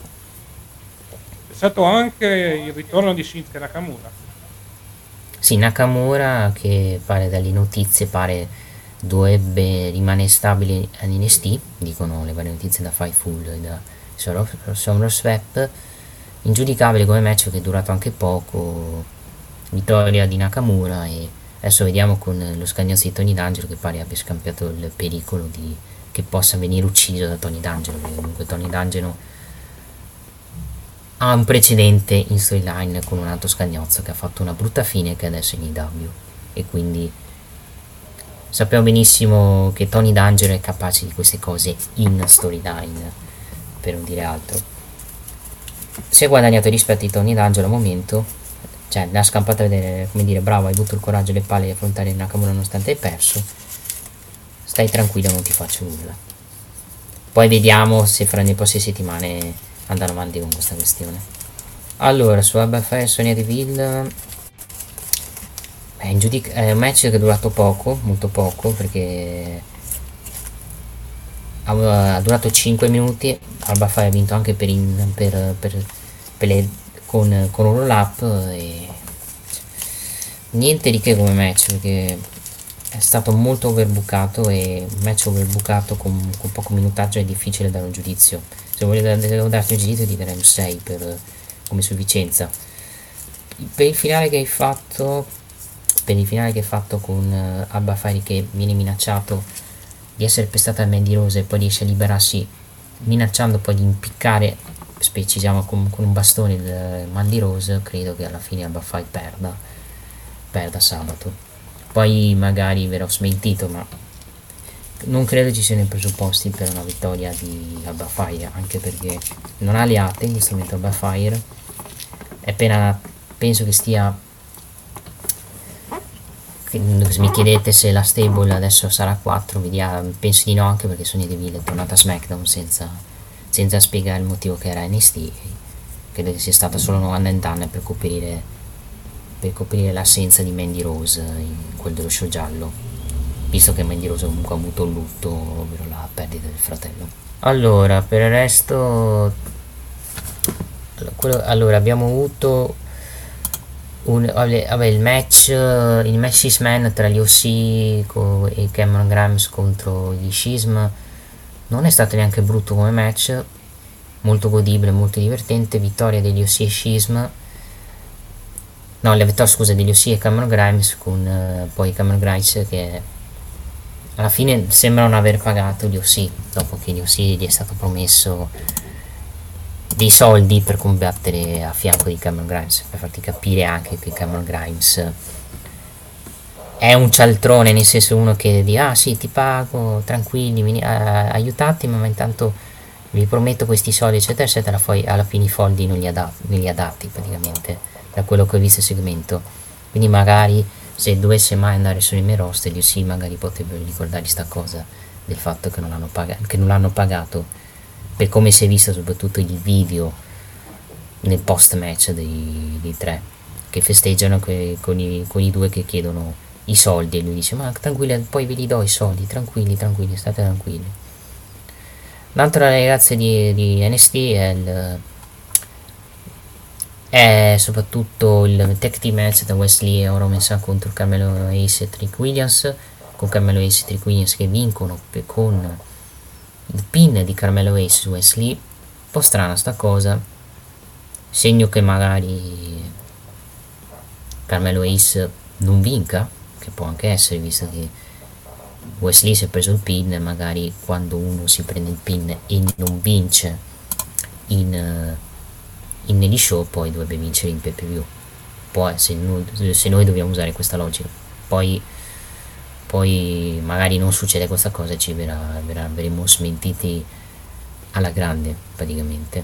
È stato anche il ritorno di Shinsuke Nakamura. Sì, Nakamura, che pare dalle notizie dovrebbe rimanere stabile in NXT, dicono le varie notizie da Fightful e da SummerSwap. Ingiudicabile come match, che è durato anche poco, vittoria di Nakamura, e adesso vediamo con lo scagnozzo di Tony D'Angelo, che pare abbia scampiato il pericolo che possa venire ucciso da Tony D'Angelo, perché comunque Tony D'Angelo ha un precedente in storyline con un altro scagnozzo che ha fatto una brutta fine, che adesso è in IW, e quindi sappiamo benissimo che Tony D'Angelo è capace di queste cose in storyline, per non dire altro. Si è guadagnato rispetto di Tony D'Angelo al momento, cioè l'ha scampato a vedere, come dire, bravo, hai avuto il coraggio e le palle di affrontare Nakamura nonostante hai perso, stai tranquillo, non ti faccio nulla. Poi vediamo se fra le prossime settimane andare avanti con questa questione. Allora, su Alba Fire e Sonya Deville è un match che è durato molto poco, perché ha durato 5 minuti. Alba Fire ha vinto anche con un roll up, e niente di che come match, perché è stato molto overbookato, e un match overbookato con poco minutaggio è difficile dare un giudizio. Se devo darti un giudizio, ti darei un 6 come sufficienza. Per il finale che hai fatto con Alba Fire, che viene minacciato di essere pestato al Mandy Rose e poi riesce a liberarsi minacciando poi di impiccare, specifichiamo, con un bastone il Mandy Rose, credo che alla fine Alba Fire perda sabato. Poi magari verrò smentito, ma non credo ci siano i presupposti per una vittoria di Alba Fire, anche perché non ha alleate in questo momento. Alba Fire è appena, penso che stia, se mi chiedete se la stable adesso sarà 4, penso di no, anche perché Sonya Deville è tornata a SmackDown senza spiegare il motivo che era NXT. Credo che sia stata solo una one and done per coprire l'assenza di Mandy Rose in quel dello show giallo, visto che Mandy Rose comunque ha avuto un lutto, ovvero la perdita del fratello. Allora, per il resto, abbiamo avuto il match 6 man tra gli OC e Cameron Grimes contro gli Schism. Non è stato neanche brutto come match, molto godibile, molto divertente. Vittoria degli OC e Schism. No, la vittoria, scusa, degli OC e Cameron Grimes, con poi Cameron Grimes che alla fine sembrano aver pagato gli OC, dopo che gli OC gli è stato promesso dei soldi per combattere a fianco di Cameron Grimes, per farti capire anche che Cameron Grimes è un cialtrone, nel senso uno che di sì, ti pago, tranquilli, aiutatemi, ma intanto vi prometto questi soldi eccetera eccetera, poi alla fine i soldi non li ha dati praticamente, da quello che ho visto il segmento. Quindi magari se dovesse mai andare sui miei roster, io sì, magari potrebbero ricordargli sta cosa del fatto che non l'hanno pagato, per come si è visto soprattutto il video nel post match dei tre che festeggiano con i due che chiedono i soldi, e lui dice ma tranquilli, poi ve li do i soldi, tranquilli, state tranquilli. Un'altra ragazza di NXT è soprattutto il tag team match da Wesley e Roman Reigns contro Carmelo Hayes e Trick Williams, con Carmelo Hayes e Trick Williams che vincono con il pin di Carmelo Hayes su Wesley. Un po' strana sta cosa, segno che magari Carmelo Hayes non vinca, che può anche essere, visto che Wesley si è preso il pin, magari quando uno si prende il pin e non vince negli show, poi dovrebbe vincere in pay-per-view. Poi se noi dobbiamo usare questa logica, poi magari non succede questa cosa e ci verremo smentiti alla grande praticamente.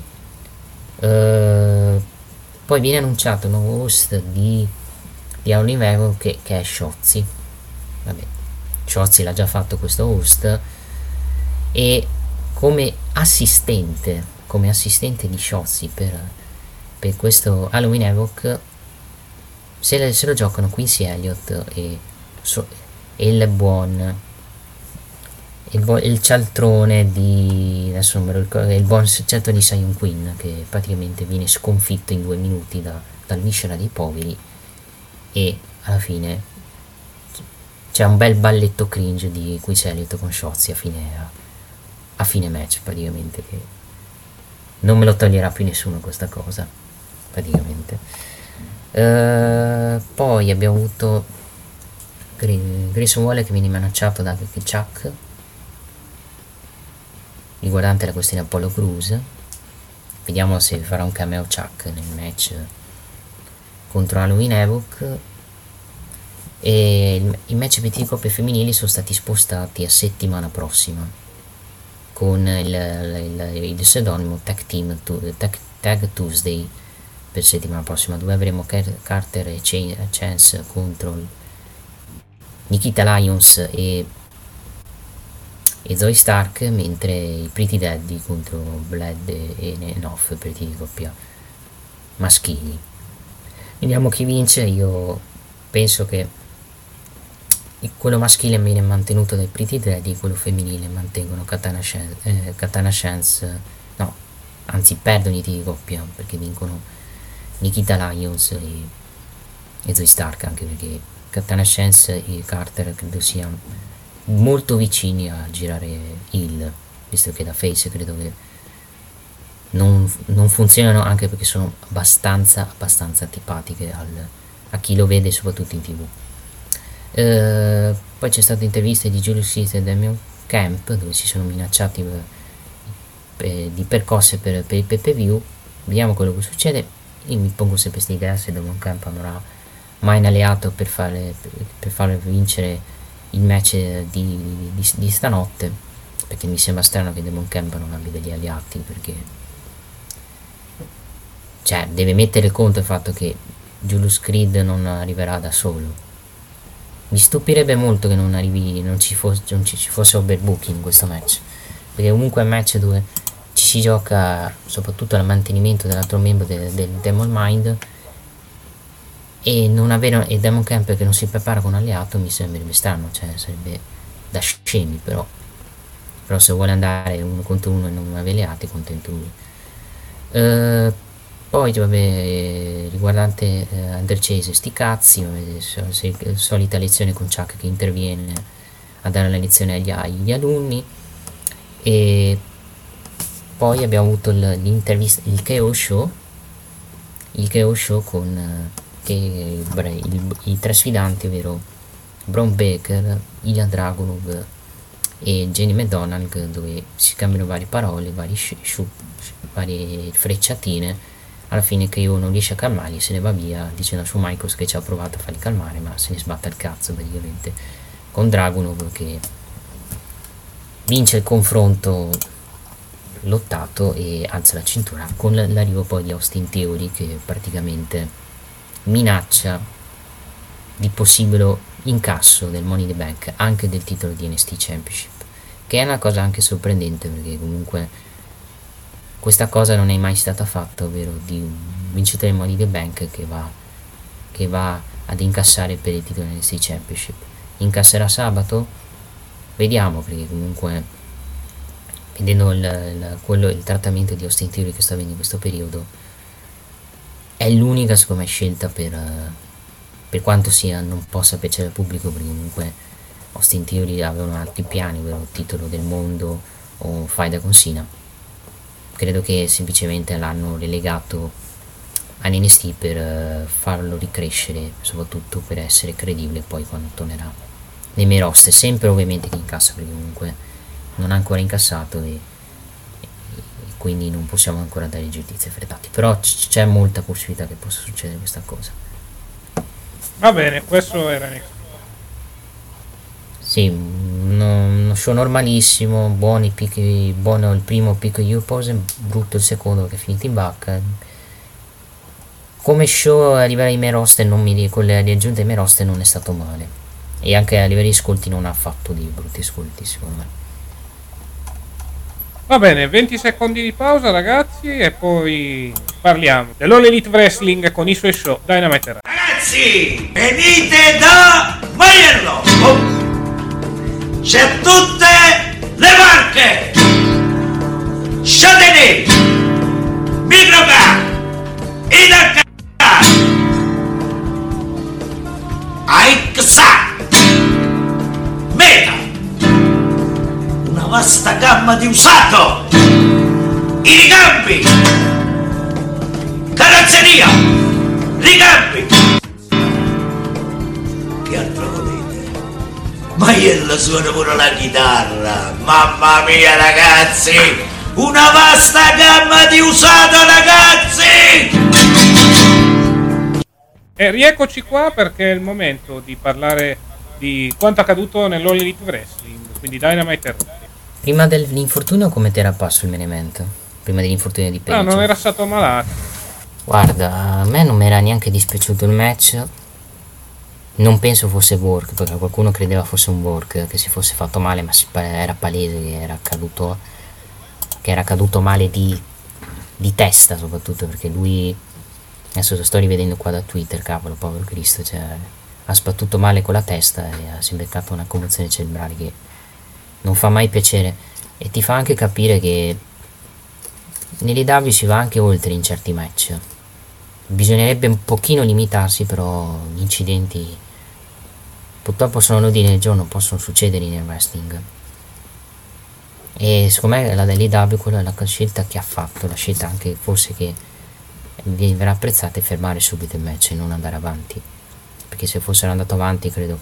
Poi viene annunciato un nuovo host di All In che è Shotzi. Vabbè, Shotzi l'ha già fatto questo host, e come assistente di Shotzi per questo Halloween Havoc se lo giocano Quincy Elliott e il cialtrone di, adesso non me lo ricordo, il buon certo di Sion Quinn, che praticamente viene sconfitto in 2 minuti dal Viscera dei Poveri, e alla fine c'è un bel balletto cringe di Quincy Elliott con Shotzi a fine match praticamente, che non me lo toglierà più nessuno questa cosa praticamente. Poi abbiamo avuto Grayson Waller che viene minacciato da Chuck riguardante la questione Apollo Crews. Vediamo se farà un cameo Chuck nel match contro Halloween Havoc. E i match per i coppie femminili sono stati spostati a settimana prossima con il pseudonimo Tag Tuesday per settimana prossima, dove avremo Carter e Chance contro Nikita Lyons e Zoe Stark, mentre i Pretty Daddy contro Bled e Nenoff per i di coppia maschili. Vediamo chi vince. Io penso che quello maschile viene mantenuto dai Pretty Daddy, quello femminile mantengono Katana Chance, no, anzi perdono i di coppia perché vincono Nikita Lyons e Zoe Stark, anche perché Katana Chance e Carter credo siano molto vicini a girare heel, visto che da face credo che non funzionano, anche perché sono abbastanza antipatiche a chi lo vede soprattutto in TV. Poi c'è stata intervista di Julius Caesar e Damian Camp dove si sono minacciati di percosse per il pay-per-view. Vediamo quello che succede. Io mi pongo sempre questa idea se Damian Camp non avrà mai un alleato per far vincere il match di stanotte, perché mi sembra strano che Damian Camp non abbia degli alleati, perché cioè deve mettere conto il fatto che Julius Creed non arriverà da solo. Mi stupirebbe molto che non ci fosse overbooking in questo match, perché comunque è un match dove ci si gioca soprattutto al mantenimento dell'altro membro del Demon Mind, e Demon Camp che non si prepara con un alleato mi sembrerebbe strano, cioè sarebbe da scemi, però se vuole andare 1 contro 1 e non avere alleati, contento lui. Poi vabbè, riguardante Under Chase, sti cazzi, solita lezione con Chuck che interviene a dare la lezione agli alunni. E poi abbiamo avuto l'intervista, il KO Show con i 3 sfidanti, ovvero Braun Baker, Ilya Dragunov e Jenny McDonald, dove si scambiano varie parole, vari shoot varie frecciatine, alla fine che io non riesce a calmarli, se ne va via dicendo su Michaels che ci ha provato a farli calmare, ma se ne sbatte il cazzo praticamente con Dragunov, che vince il confronto lottato e alza la cintura, con l'arrivo poi di Austin Theory, che praticamente minaccia di possibile incasso del Money in the Bank, anche del titolo di NXT Championship, che è una cosa anche sorprendente, perché comunque questa cosa non è mai stata fatta, ovvero di un vincitore del Money in the Bank che va ad incassare per il titolo di NXT Championship. Incasserà sabato? Vediamo, perché comunque vedendo il trattamento di Austin Theory che sta avendo in questo periodo, è l'unica secondo me scelta per quanto sia non possa piacere al pubblico, perché comunque Austin Theory avevano altri piani, ovvero il titolo del mondo o faida con Cena. Credo che semplicemente l'hanno relegato a NXT per farlo ricrescere, soprattutto per essere credibile poi quando tornerà nei main roster, sempre ovviamente che incassa, perché comunque non ha ancora incassato e quindi non possiamo ancora dare giudizi affrettati, però c'è molta possibilità che possa succedere questa cosa. Va bene, questo era sì, uno show normalissimo, buono il primo pick U pose, brutto il secondo che è finito in bacca. Come show a livello di main roster con le aggiunte ai main roster non è stato male, e anche a livello di ascolti non ha fatto di brutti ascolti secondo me. Va bene, 20 secondi di pausa ragazzi e poi parliamo dell'All Elite Wrestling con i suoi show Dynamite Radio. Ragazzi, venite da Maiello! Oh. C'è tutte le marche! Châtenay, Microcar, Idacar, Aixa, Meta, una vasta gamma di usato, i ricambi, carrozzeria, ricambi. Che altro volete? Maiello suona pure la chitarra, mamma mia ragazzi, una vasta gamma di usato ragazzi! E rieccoci qua perché è il momento di parlare di quanto accaduto nell'All Elite Wrestling, quindi Dynamite Radio. Prima dell'infortunio come ti era apparso il main event? Prima dell'infortunio di Page? No, non era stato malato. Guarda, a me non mi era neanche dispiaciuto il match. Non penso fosse work, perché qualcuno credeva fosse un work, che si fosse fatto male, ma era palese che era caduto male di testa, soprattutto perché lui, adesso lo sto rivedendo qua da Twitter, cavolo, povero Cristo, cioè, ha sbattuto male con la testa e si è beccato una commozione cerebrale che non fa mai piacere, e ti fa anche capire che nell'IW si va anche oltre in certi match. Bisognerebbe un pochino limitarsi, però gli incidenti purtroppo sono l'ordine del giorno, possono succedere nel wrestling, e secondo me la dell'IW quella è la scelta che ha fatto, la scelta anche forse che verrà apprezzata, è fermare subito il match e non andare avanti, perché se fossero andato avanti credo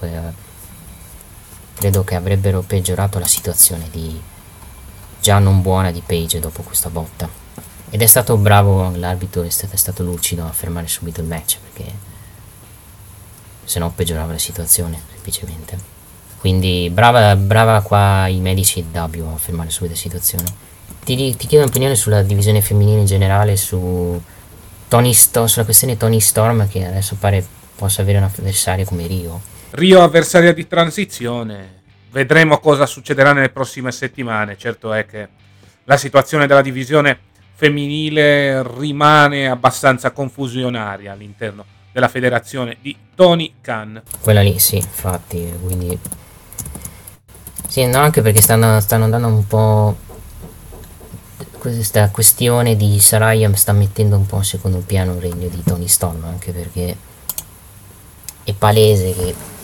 che avrebbero peggiorato la situazione di già non buona di Page dopo questa botta. Ed è stato bravo l'arbitro, è stato lucido a fermare subito il match, perché se no peggiorava la situazione semplicemente. Quindi brava qua i medici W a fermare subito la situazione. Ti chiedo un'opinione sulla divisione femminile in generale, sulla questione Toni Storm, che adesso pare possa avere un avversario come Rio Avversaria di transizione, vedremo cosa succederà nelle prossime settimane. Certo è che la situazione della divisione femminile rimane abbastanza confusionaria all'interno della federazione di Tony Khan. Quella lì sì, infatti, quindi sì, no, anche perché stanno andando un po', questa questione di Saraya sta mettendo un po' in secondo piano il regno di Toni Storm, anche perché è palese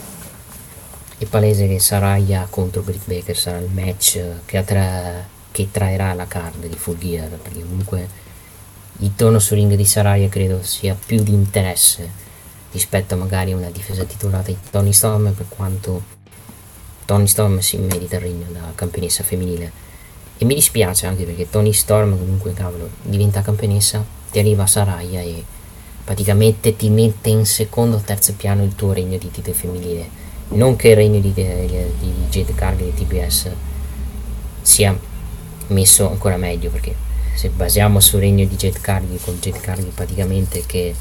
che Saraya contro Britt Baker sarà il match che traerà la card di Full Gear, perché comunque il tono sul ring di Saraya credo sia più di interesse rispetto a magari una difesa titolata di Toni Storm, per quanto Toni Storm si merita il regno da campionessa femminile. E mi dispiace anche perché Tony Storm comunque, cavolo, diventa campionessa, ti arriva Saraya e praticamente ti mette in secondo o terzo piano il tuo regno di titolo femminile. Non che il regno di Jade Cargill e TBS sia messo ancora meglio, perché se basiamo sul regno di Jade Cargill, con Jade Cargill praticamente che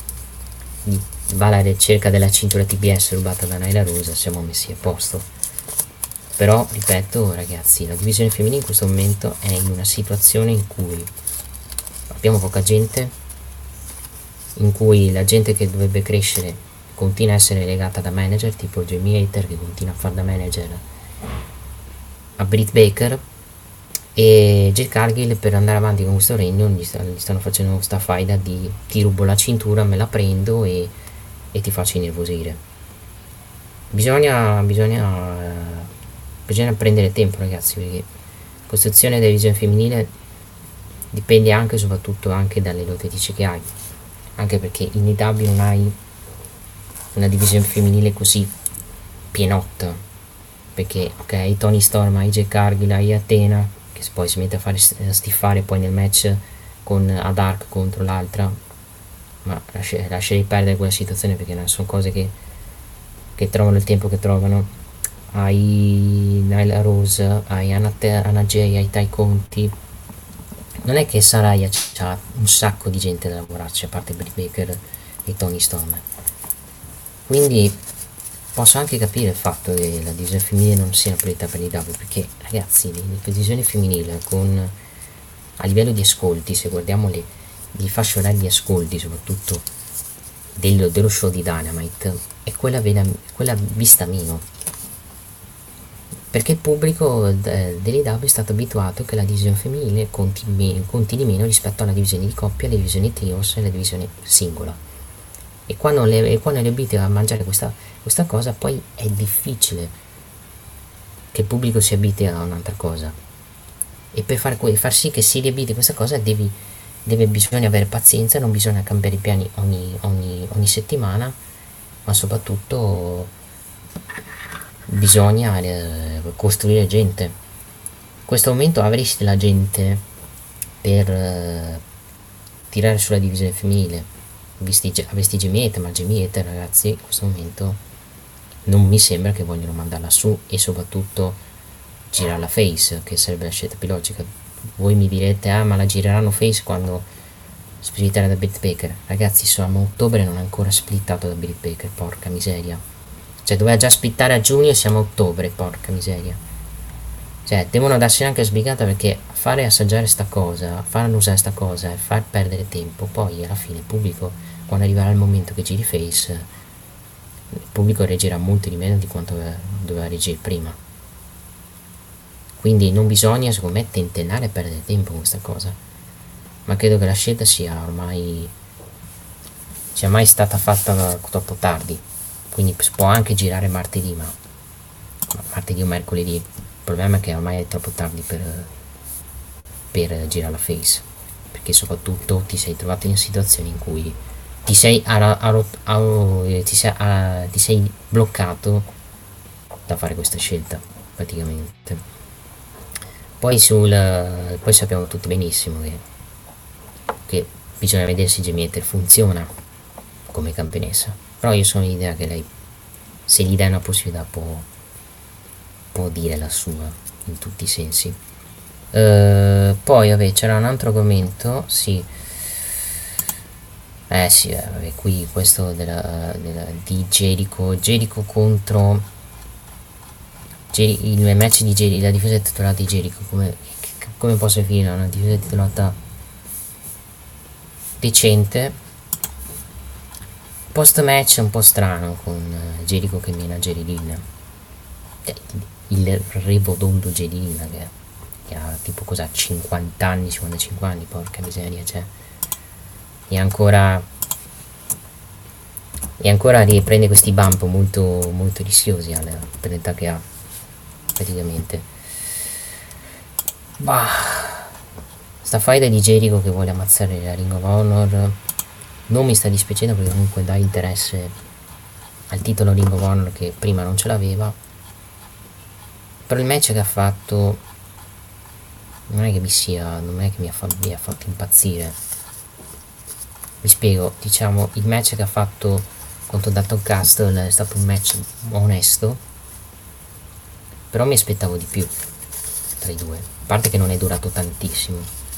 va alla ricerca della cintura TBS rubata da Nyla Rose, siamo messi a posto. Però ripeto ragazzi, la divisione femminile in questo momento è in una situazione in cui abbiamo poca gente, in cui la gente che dovrebbe crescere continua a essere legata da manager tipo Jamie Hater, che continua a fare da manager a Britt Baker, e Jade Cargill per andare avanti con questo regno gli stanno facendo questa faida di ti rubo la cintura, me la prendo e ti faccio innervosire. Bisogna prendere tempo ragazzi, perché la costruzione della divisione femminile dipende anche e soprattutto anche dalle lottatrici che hai, anche perché in IW non hai una divisione femminile così pienotta, perché ok, Tony Storm, hai Jade Cargill, hai Athena che poi si mette a fare stiffare poi nel match con a Dark contro l'altra, ma lascerei perdere quella situazione perché non sono cose che trovano il tempo che trovano. Hai Nyla Rose, hai Anna Jay, hai Tai Conti. Non è che Saraya c'ha un sacco di gente da lavorarci a parte Britt Baker e Tony Storm, quindi posso anche capire il fatto che la divisione femminile non sia una priorità per l'IW, perché ragazzi la divisione femminile a livello di ascolti, se guardiamo le fasce orarie di ascolti soprattutto dello show di Dynamite, è quella vista meno, perché il pubblico dell'IW è stato abituato che la divisione femminile conti di meno rispetto alla divisione di coppia, alle divisioni trios e alla divisione singola, e quando le abiti a mangiare questa cosa poi è difficile che il pubblico si abiti a un'altra cosa, e per far sì che si riabiti questa cosa bisogna avere pazienza, non bisogna cambiare i piani ogni settimana, ma soprattutto bisogna costruire gente. In questo momento avresti la gente per tirare sulla divisione femminile, avresti Gemiete, ma Gemiete ragazzi in questo momento non mi sembra che vogliono mandarla su, e soprattutto girarla face, che sarebbe la scelta più logica. Voi mi direte ma la gireranno face quando splitterà da Britt Baker. Ragazzi, siamo a ottobre e non è ancora splittato da Britt Baker, porca miseria. Cioè doveva già splittare a giugno e siamo a ottobre, porca miseria. Cioè devono darsi anche sbrigata, perché fare assaggiare sta cosa, far usare sta cosa e far perdere tempo, poi alla fine il pubblico, quando arriverà il momento che giri face, il pubblico reagirà molto di meno di quanto doveva reagire prima. Quindi non bisogna secondo me tentennare e perdere tempo con questa cosa, ma credo che la scelta sia mai stata fatta troppo tardi. Quindi si può anche girare martedì, ma martedì o mercoledì. Il problema è che ormai è troppo tardi per girare la face, perché soprattutto ti sei trovato in situazioni in cui ti sei bloccato da fare questa scelta praticamente. Poi sappiamo tutti benissimo che bisogna vedere se Gemiete funziona come campionessa, però io sono l'idea che lei, se gli dai una possibilità, può dire la sua in tutti i sensi. Poi vabbè, c'era un altro argomento, sì, vabbè, qui questo di Jericho contro il match di Jericho, la difesa titolata di Jericho, come posso definire una difesa titolata decente. Post match un po' strano, con Jericho che mena Jerry Lynn, il revodondo Jerry Lynn che ha tipo 50 anni, 55 anni, porca miseria, cioè e ancora riprende questi bump molto molto rischiosi per l'età che ha praticamente. Sta faida di Jericho che vuole ammazzare la Ring of Honor non mi sta dispiacendo, perché comunque dà interesse al titolo Ring of Honor che prima non ce l'aveva. Però il match che ha fatto non è che mi ha fatto impazzire. Vi spiego, diciamo, il match che ha fatto contro Dalton Castle è stato un match onesto, però mi aspettavo di più tra i due, a parte che non è durato tantissimo.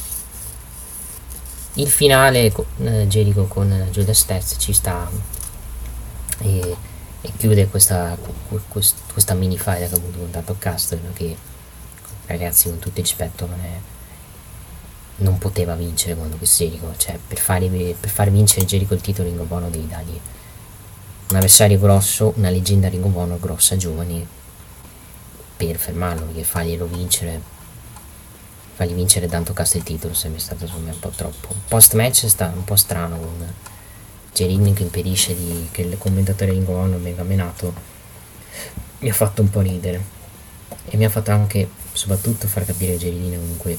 Il finale Jericho con Judas Stets ci sta e chiude questa mini fight che ha avuto con Dalton Castle, che ragazzi, con tutto il rispetto, non poteva vincere contro questo Jericho. Cioè, per far vincere Jericho il titolo, Ring of Honor devi dargli un avversario grosso, una leggenda Ring of Honor grossa, giovane, per fermarlo, perché fargli vincere tanto Castle il titolo sarebbe stato secondo me un po' troppo. Post match sta un po' strano, con Jerin che impedisce che il commentatore Ring of Honor venga menato. Mi ha fatto un po' ridere e mi ha fatto anche soprattutto far capire che Jerin comunque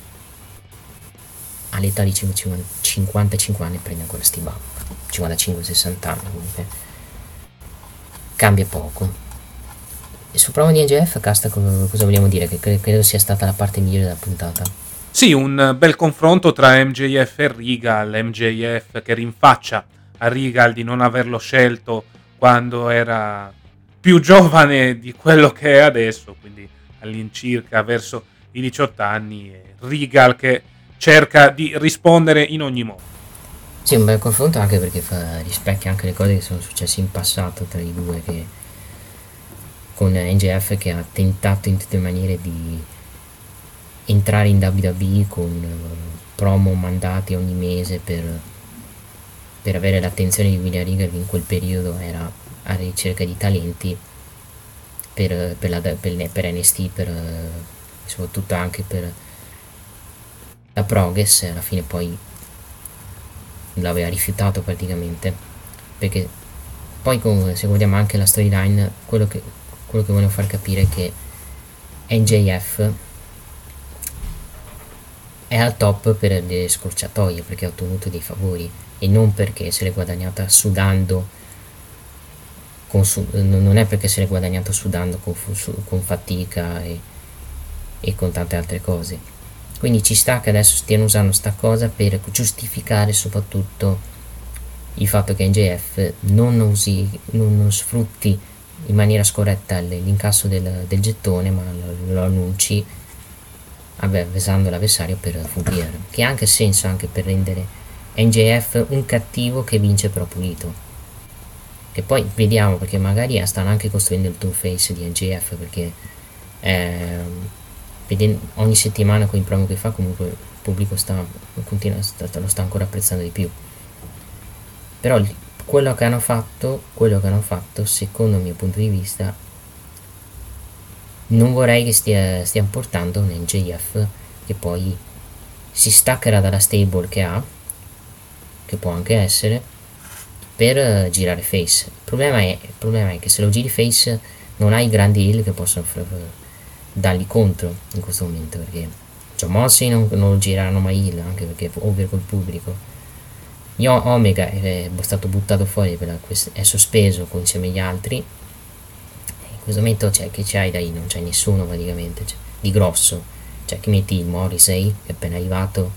all'età di 55 anni prende ancora sti bump, 55-60 anni, comunque cambia poco. E sul promo di MJF, Casta, cosa vogliamo dire? Che credo sia stata la parte migliore della puntata. Sì, un bel confronto tra MJF e Regal. MJF che rinfaccia a Regal di non averlo scelto quando era più giovane di quello che è adesso, quindi all'incirca verso i 18 anni, e Regal che cerca di rispondere in ogni modo. Sì, un bel confronto, anche perché rispecchia anche le cose che sono successe in passato tra i due, che con MJF che ha tentato in tutte le maniere di entrare in WWE con promo mandati ogni mese per avere l'attenzione di William Regal, che in quel periodo era a ricerca di talenti per NXT, soprattutto anche per la Progress. Alla fine poi l'aveva rifiutato praticamente, perché poi se guardiamo anche la storyline, quello che vogliono far capire è che MJF è al top per delle scorciatoie, perché ha ottenuto dei favori e non perché se l'è guadagnata sudando, non è perché se l'è guadagnato sudando con fatica e con tante altre cose. Quindi ci sta che adesso stiano usando sta cosa per giustificare soprattutto il fatto che MJF non sfrutti in maniera scorretta l'incasso del gettone, ma lo annunci avvisando l'avversario per FUBR, che ha anche senso, anche per rendere MJF un cattivo che vince però pulito. Che poi vediamo, perché magari stanno anche costruendo il two face di MJF, perché ogni settimana con i promo che fa comunque il pubblico lo sta ancora apprezzando di più. Però quello che hanno fatto secondo il mio punto di vista, non vorrei che stiamo portando un MJF che poi si staccherà dalla stable che ha, che può anche essere, per girare face. Il problema è che se lo giri face non hai grandi heal che possono dargli contro in questo momento, perché John Moxley non lo gireranno mai heal, anche perché è over col pubblico. Omega è stato buttato fuori, è sospeso insieme agli altri. In questo momento che c'hai da non c'è nessuno praticamente, di grosso. Che metti il Morrissey che è appena arrivato,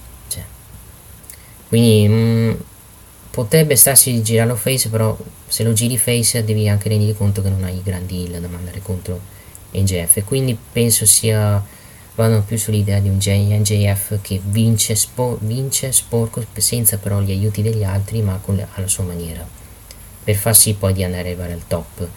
quindi potrebbe starsi di girarlo face, però se lo giri face devi anche rendere conto che non hai grandi heal da mandare contro MJF, quindi penso vanno più sull'idea di un MJF che vince sporco, senza però gli aiuti degli altri, ma alla sua maniera, per far sì poi di andare a arrivare al top.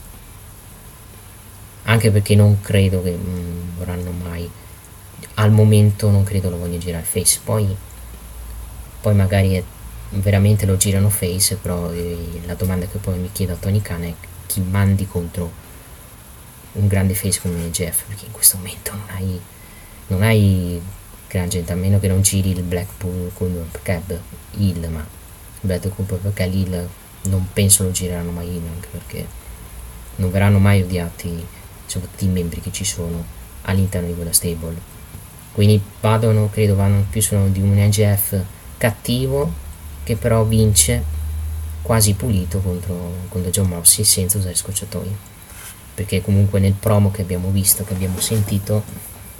Anche perché non credo che vorranno mai, al momento non credo lo voglio girare face, poi magari veramente lo girano face, però la domanda che poi mi chiedo a Tony Khan è chi mandi contro un grande face come MJF, perché in questo momento non hai gran gente, a meno che non giri il Blackpool con Cab Hill, ma Blackpool perché Hill non penso lo gireranno mai, anche perché non verranno mai odiati soprattutto i membri che ci sono all'interno di quella stable. Quindi credo vanno più di un MJF cattivo che però vince quasi pulito contro John Moxley senza usare scocciatoie, perché comunque nel promo che abbiamo visto, che abbiamo sentito,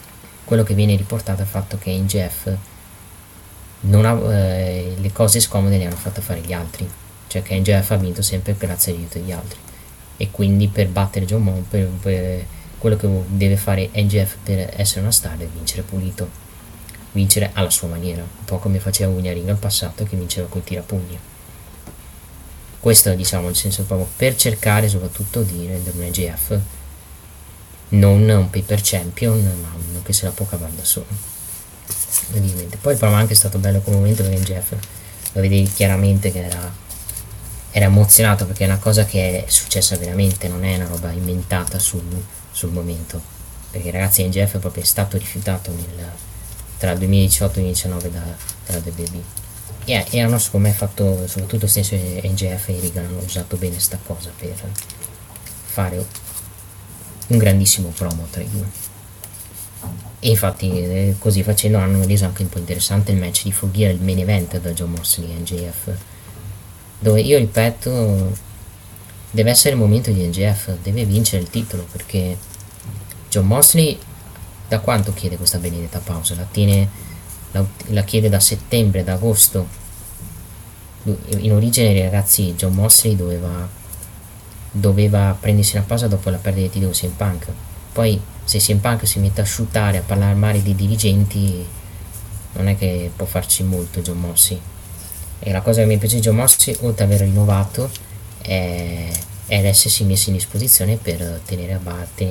quello che viene riportato è il fatto che NJF non ha, le cose scomode le hanno fatte fare gli altri, cioè che NJF ha vinto sempre grazie all'aiuto degli altri, e quindi per battere John Mo, per quello che deve fare NJF per essere una star è vincere pulito, vincere alla sua maniera, un po' come faceva William Regal al passato, che vinceva col tirapugni. Questo, diciamo, nel senso, proprio per cercare soprattutto di rendere un NJF non un paper champion, ma uno che se la può cavare da solo. Praticamente. Poi il programma anche è stato bello come momento, perché NJF lo vedevi chiaramente che era emozionato, perché è una cosa che è successa veramente, non è una roba inventata sul momento, perché ragazzi NJF è proprio stato rifiutato tra il 2018 e il 2019 dalla WWE, e hanno secondo me fatto, soprattutto stesso NJF e Regan hanno usato bene sta cosa per fare un grandissimo promo tra i due, e infatti così facendo hanno reso anche un po' interessante il match di Full Gear, il main event da Jon Moxley e NJF, dove io ripeto deve essere il momento di NJF, deve vincere il titolo, perché Jon Moxley da quanto chiede questa benedetta pausa? La chiede da settembre, da agosto. In origine ragazzi Jon Moxley doveva prendersi una pausa dopo la perdita di titolo CM Punk, poi se CM Punk si mette a shootare, a parlare male dei dirigenti, non è che può farci molto Jon Moxley. E la cosa che mi piace di Jon Moxley, oltre ad aver rinnovato, è essersi messo in disposizione per tenere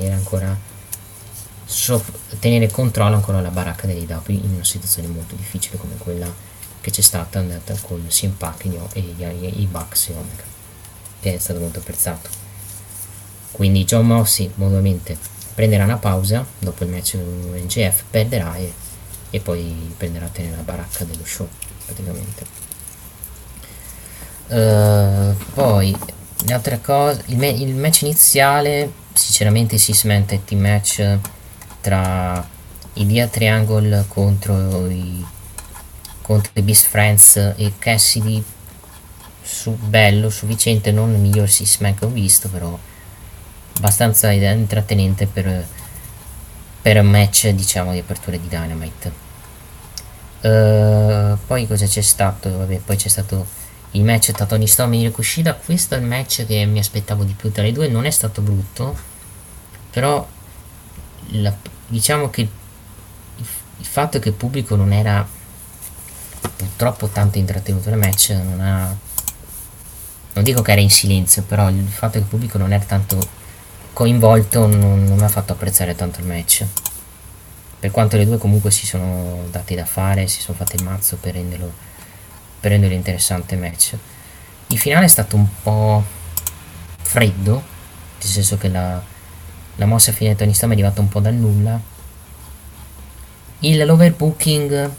controllo ancora la baracca dell'AEW in una situazione molto difficile come quella che c'è stata andata con CM Punk e i Bucks e Omega, che è stato molto apprezzato. Quindi Jon Moxley ovviamente prenderà una pausa dopo il match NJF, perderà e poi prenderà a tenere la baracca dello show praticamente. Poi le altre cose, il match iniziale sinceramente si smette il team match tra i Via Triangle contro i Best Friends e Cassidy, bello, sufficiente, non il miglior six-man che ho visto, però abbastanza intrattenente per un match diciamo di apertura di Dynamite. Poi cosa c'è stato? Vabbè, poi c'è stato il match tra Tony Storm e Hiro Kushida. Questo è il match che mi aspettavo di più tra le due, non è stato brutto, però diciamo che il fatto che il pubblico non era purtroppo tanto intrattenuto nel match, non dico che era in silenzio, però il fatto che il pubblico non era tanto coinvolto non mi ha fatto apprezzare tanto il match, per quanto le due comunque si sono date da fare, si sono fatte il mazzo per renderlo interessante il match. Il finale è stato un po' freddo, nel senso che la mossa fine di Tony Storm è arrivata un po' dal nulla. L'overbooking un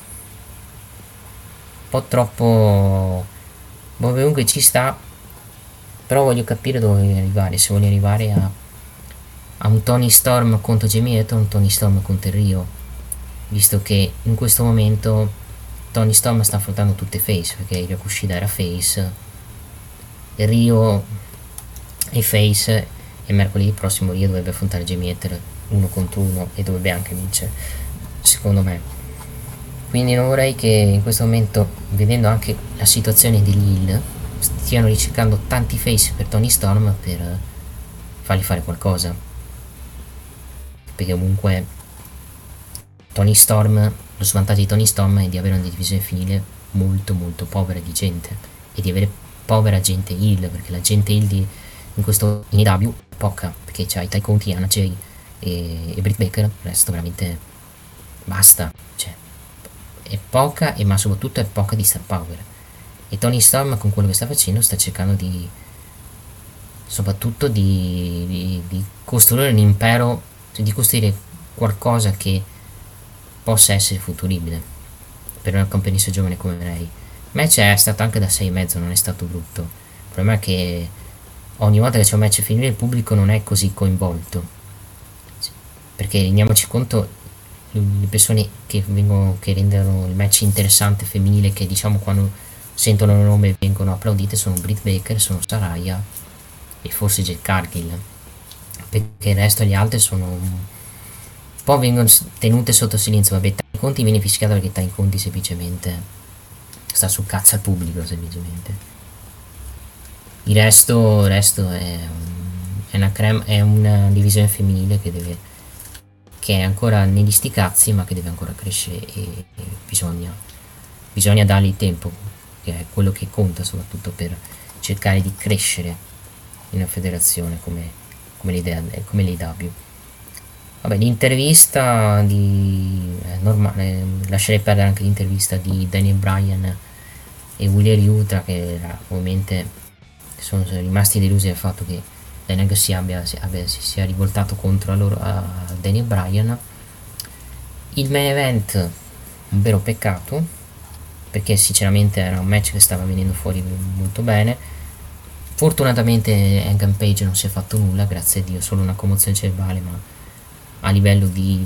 po' troppo, comunque ci sta, però voglio capire dove voglio arrivare, se voglio arrivare a un Tony Storm contro Jamie Hayter o un Tony Storm contro Rio, visto che in questo momento Tony Storm sta affrontando tutte face, perché Hiro Kushida era face, Rio è face, e mercoledì prossimo Rio dovrebbe affrontare Jamie Hayter 1 contro 1 e dovrebbe anche vincere, secondo me. Quindi non vorrei che in questo momento, vedendo anche la situazione degli heel, stiano ricercando tanti face per Tony Storm per fargli fare qualcosa, perché comunque Tony Storm, lo svantaggio di Tony Storm è di avere una divisione femminile molto molto povera di gente, e di avere povera gente heel, perché la gente heel in questo in AEW è poca, perché c'hai Ty Conti, Anna Jay e Britt Baker, il resto veramente basta, cioè è poca, ma soprattutto è poca di star power, e Tony Storm con quello che sta facendo sta cercando soprattutto di costruire un impero, cioè di costruire qualcosa che possa essere futuribile per una campionessa giovane come lei. Il match è stato anche da 6,5, non è stato brutto. Il problema è che ogni volta che c'è un match femminile il pubblico non è così coinvolto, perché rendiamoci conto, le persone che rendono il match interessante femminile, che diciamo quando sentono il nome vengono applaudite, sono Britt Baker, sono Saraya e forse Jade Cargill, perché il resto gli altri sono un poi vengono tenute sotto silenzio. Vabbè, Tiny Conti viene fischiato perché Tiny Conti semplicemente sta sul cazzo al pubblico, semplicemente. Il resto è una crema, è una divisione femminile che è ancora negli sti cazzi, ma che deve ancora crescere, e bisogna dargli tempo, che è quello che conta soprattutto per cercare di crescere in una federazione come l'AEW. Vabbè, l'intervista normale, lascerei perdere anche l'intervista di Daniel Bryan e Wheeler Yuta, che ovviamente sono rimasti delusi dal fatto che Daniel si sia rivoltato contro a Daniel Bryan. Il main event, un vero peccato, perché sinceramente era un match che stava venendo fuori molto bene. Fortunatamente Hangman Page non si è fatto nulla, grazie a Dio, solo una commozione cerebrale, ma a livello di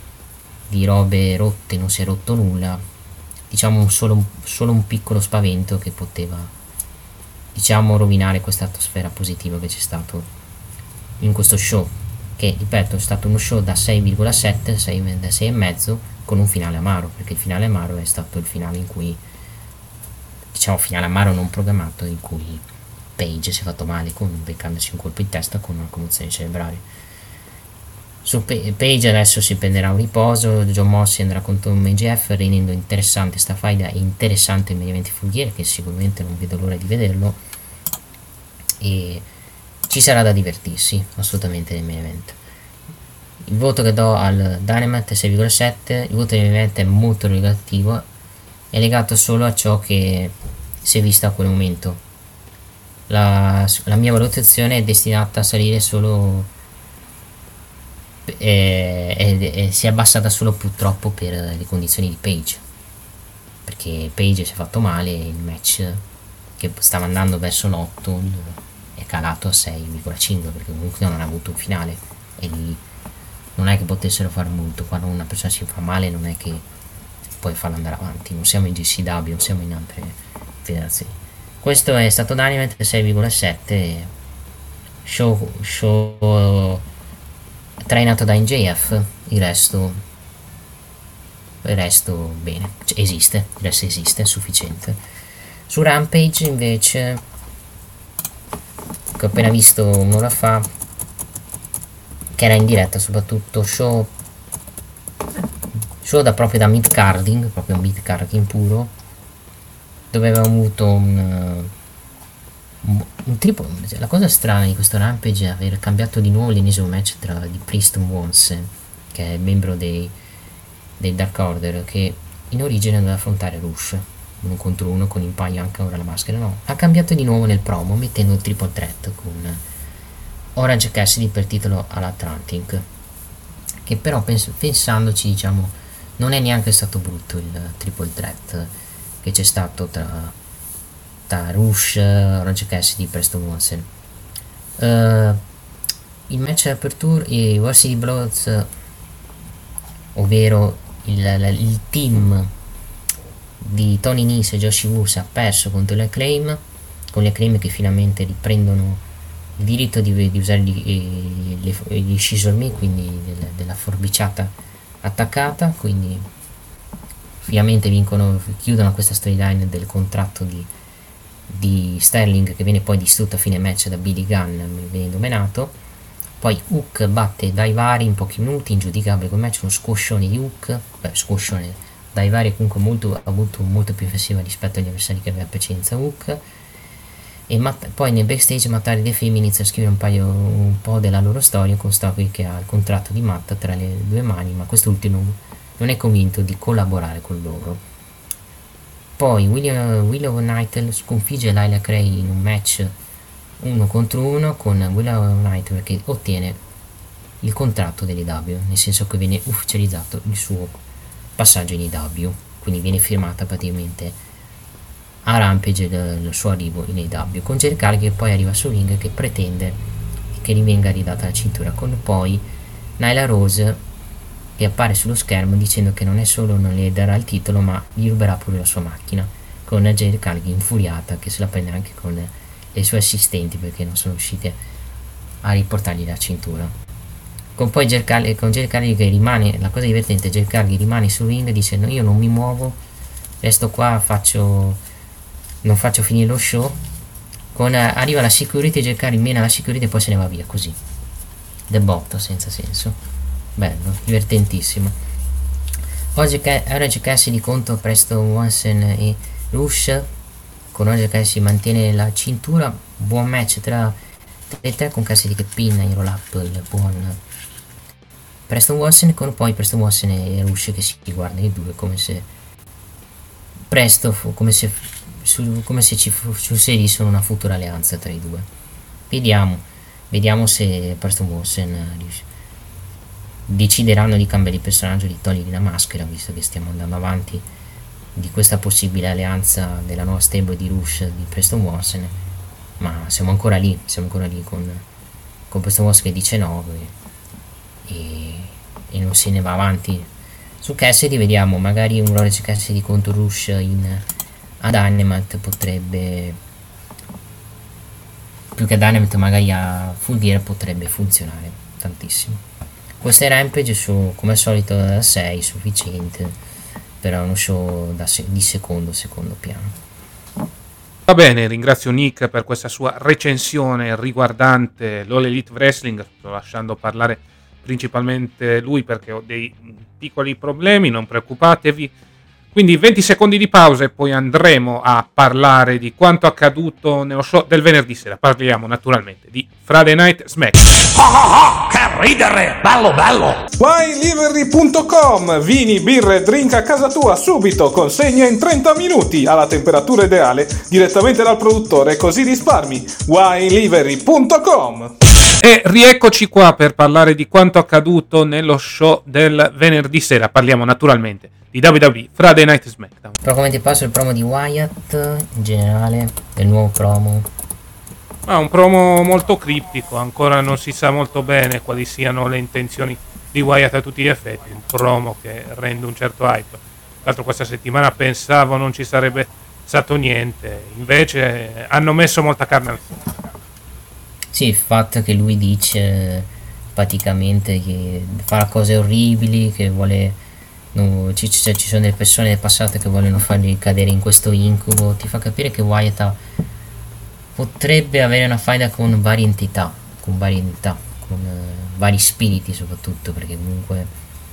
robe rotte non si è rotto nulla. Diciamo solo un piccolo spavento che poteva, diciamo, rovinare questa atmosfera positiva che c'è stato in questo show, che ripeto è stato uno show da 6,7, 6,5, con un finale amaro, perché il finale amaro è stato il finale in cui, diciamo, finale amaro non programmato, in cui Page si è fatto male beccandosi un colpo in testa con una commozione cerebrale. Su Page adesso si prenderà un riposo, John Moxley andrà contro MJF, rendendo interessante sta faida e interessante il main event Fughiere, che sicuramente non vedo l'ora di vederlo, e ci sarà da divertirsi assolutamente nel main event. Il voto che do al Dynamite è 6,7, il voto del main event è molto relativo, è legato solo a ciò che si è visto a quel momento. La mia valutazione è destinata a salire solo si è abbassata solo purtroppo per le condizioni di Page, perché Page si è fatto male, il match che stava andando verso l'8 è calato a 6,5, perché comunque non ha avuto un finale, e lì non è che potessero fare molto. Quando una persona si fa male non è che puoi farla andare avanti, non siamo in GCW, non siamo in altre federazioni. Questo è stato Dynamite 6,7, show trainato da NJF. il resto bene, cioè, il resto esiste, è sufficiente. Su Rampage invece, che ho appena visto un'ora fa, che era in diretta, soprattutto show proprio da mid-carding, proprio un mid-carding puro, dove avevamo avuto un triplo. La cosa strana di questo Rampage è aver cambiato di nuovo l'ennesimo match tra di Priest Wons, che è membro dei Dark Order, che in origine doveva affrontare Rush 1 contro 1 con in paio anche ora la maschera. No, ha cambiato di nuovo nel promo, mettendo il triple threat con Orange Cassidy per titolo all'Atlantic, che però pensandoci, diciamo, non è neanche stato brutto il triple threat che c'è stato tra Rush, Orange Cassidy e Preston Wilson. Il match aperture e Varsity Bloods, ovvero il team di Tony Nese e Josh Woods, ha perso contro le Acclaim, con le Acclaim che finalmente riprendono il diritto di usare gli scissor me, quindi della forbiciata attaccata, quindi finalmente chiudono questa storyline del contratto di Sterling, che viene poi distrutto a fine match da Billy Gunn venendo menato. Poi Hook batte Daivari in pochi minuti, ingiudicabile quel match, uno squoscione di Hook, Daivari è comunque molto più offensiva rispetto agli avversari che aveva precedenza Hook. E poi nel backstage Matt e The Film inizia a scrivere un po' della loro storia, con Stockwell che ha il contratto di Matt tra le due mani, ma quest'ultimo non è convinto di collaborare con loro. Poi Willow Nightingale sconfigge Lyla Gray in un match 1 contro 1 con Willow Nightingale, che ottiene il contratto dell'EW, nel senso che viene ufficializzato il suo passaggio in EW, quindi viene firmata praticamente a Rampage il suo arrivo in AEW, con Jericho che poi arriva su ring, che pretende che gli venga ridata la cintura, con poi Nyla Rose che appare sullo schermo dicendo che non è solo non le darà il titolo, ma gli ruberà pure la sua macchina, con Jericho infuriata che se la prende anche con le sue assistenti perché non sono riuscite a riportargli la cintura. con poi Jeff Cargill che rimane, la cosa divertente, Jeff Cargill rimane sul ring e dice no, io non mi muovo, resto qua, non faccio finire lo show. Arriva la security, Jeff Cargill mena la security e poi se ne va via così, debotto senza senso, bello, divertentissimo. Oggi Orange Cassidy contro Preston Watson e Rush, con Orange Cassidy mantiene la cintura, buon match tra e te, con Cassidy che pinna in roll up il buon Preston Watson, con poi Preston Watson e Rush che si guardano i due come se come se ci succedisse una futura alleanza tra i due. Vediamo se Preston Watson decideranno di cambiare il personaggio, di togliergli la maschera, visto che stiamo andando avanti di questa possibile alleanza della nuova stable di Rush di Preston Watson, ma siamo ancora lì con Preston Watson che dice no e non se ne va avanti. Su Cassidy vediamo magari un Orange Cassidy contro Rush a Dynamite, potrebbe, più che a Dynamite magari a Full Gear, potrebbe funzionare tantissimo. Questo è Rampage, come al solito da 6, sufficiente per uno show di secondo piano. Va bene, ringrazio Nick per questa sua recensione riguardante l'All Elite Wrestling. Sto lasciando parlare principalmente lui perché ho dei piccoli problemi, non preoccupatevi. Quindi 20 secondi di pausa e poi andremo a parlare di quanto accaduto nello show del venerdì sera. Parliamo naturalmente di Friday Night Smack. Che ridere, bello! WineLivery.com, vini, birre, drink a casa tua subito, consegna in 30 minuti alla temperatura ideale direttamente dal produttore, così risparmi. WineLivery.com. E rieccoci qua per parlare di quanto accaduto nello show del venerdì sera. Parliamo naturalmente di WWE Friday Night SmackDown. Però come ti passo il promo di Wyatt in generale, del nuovo promo? Un promo molto criptico, ancora non si sa molto bene quali siano le intenzioni di Wyatt a tutti gli effetti, un promo che rende un certo hype. Tra l'altro questa settimana pensavo non ci sarebbe stato niente, invece hanno messo molta carne al fuoco. Sì, il fatto che lui dice praticamente che fa cose orribili, che vuole ci sono delle persone del passato che vogliono fargli cadere in questo incubo, ti fa capire che Wyatt potrebbe avere una faida con varie entità, con vari spiriti soprattutto, perché comunque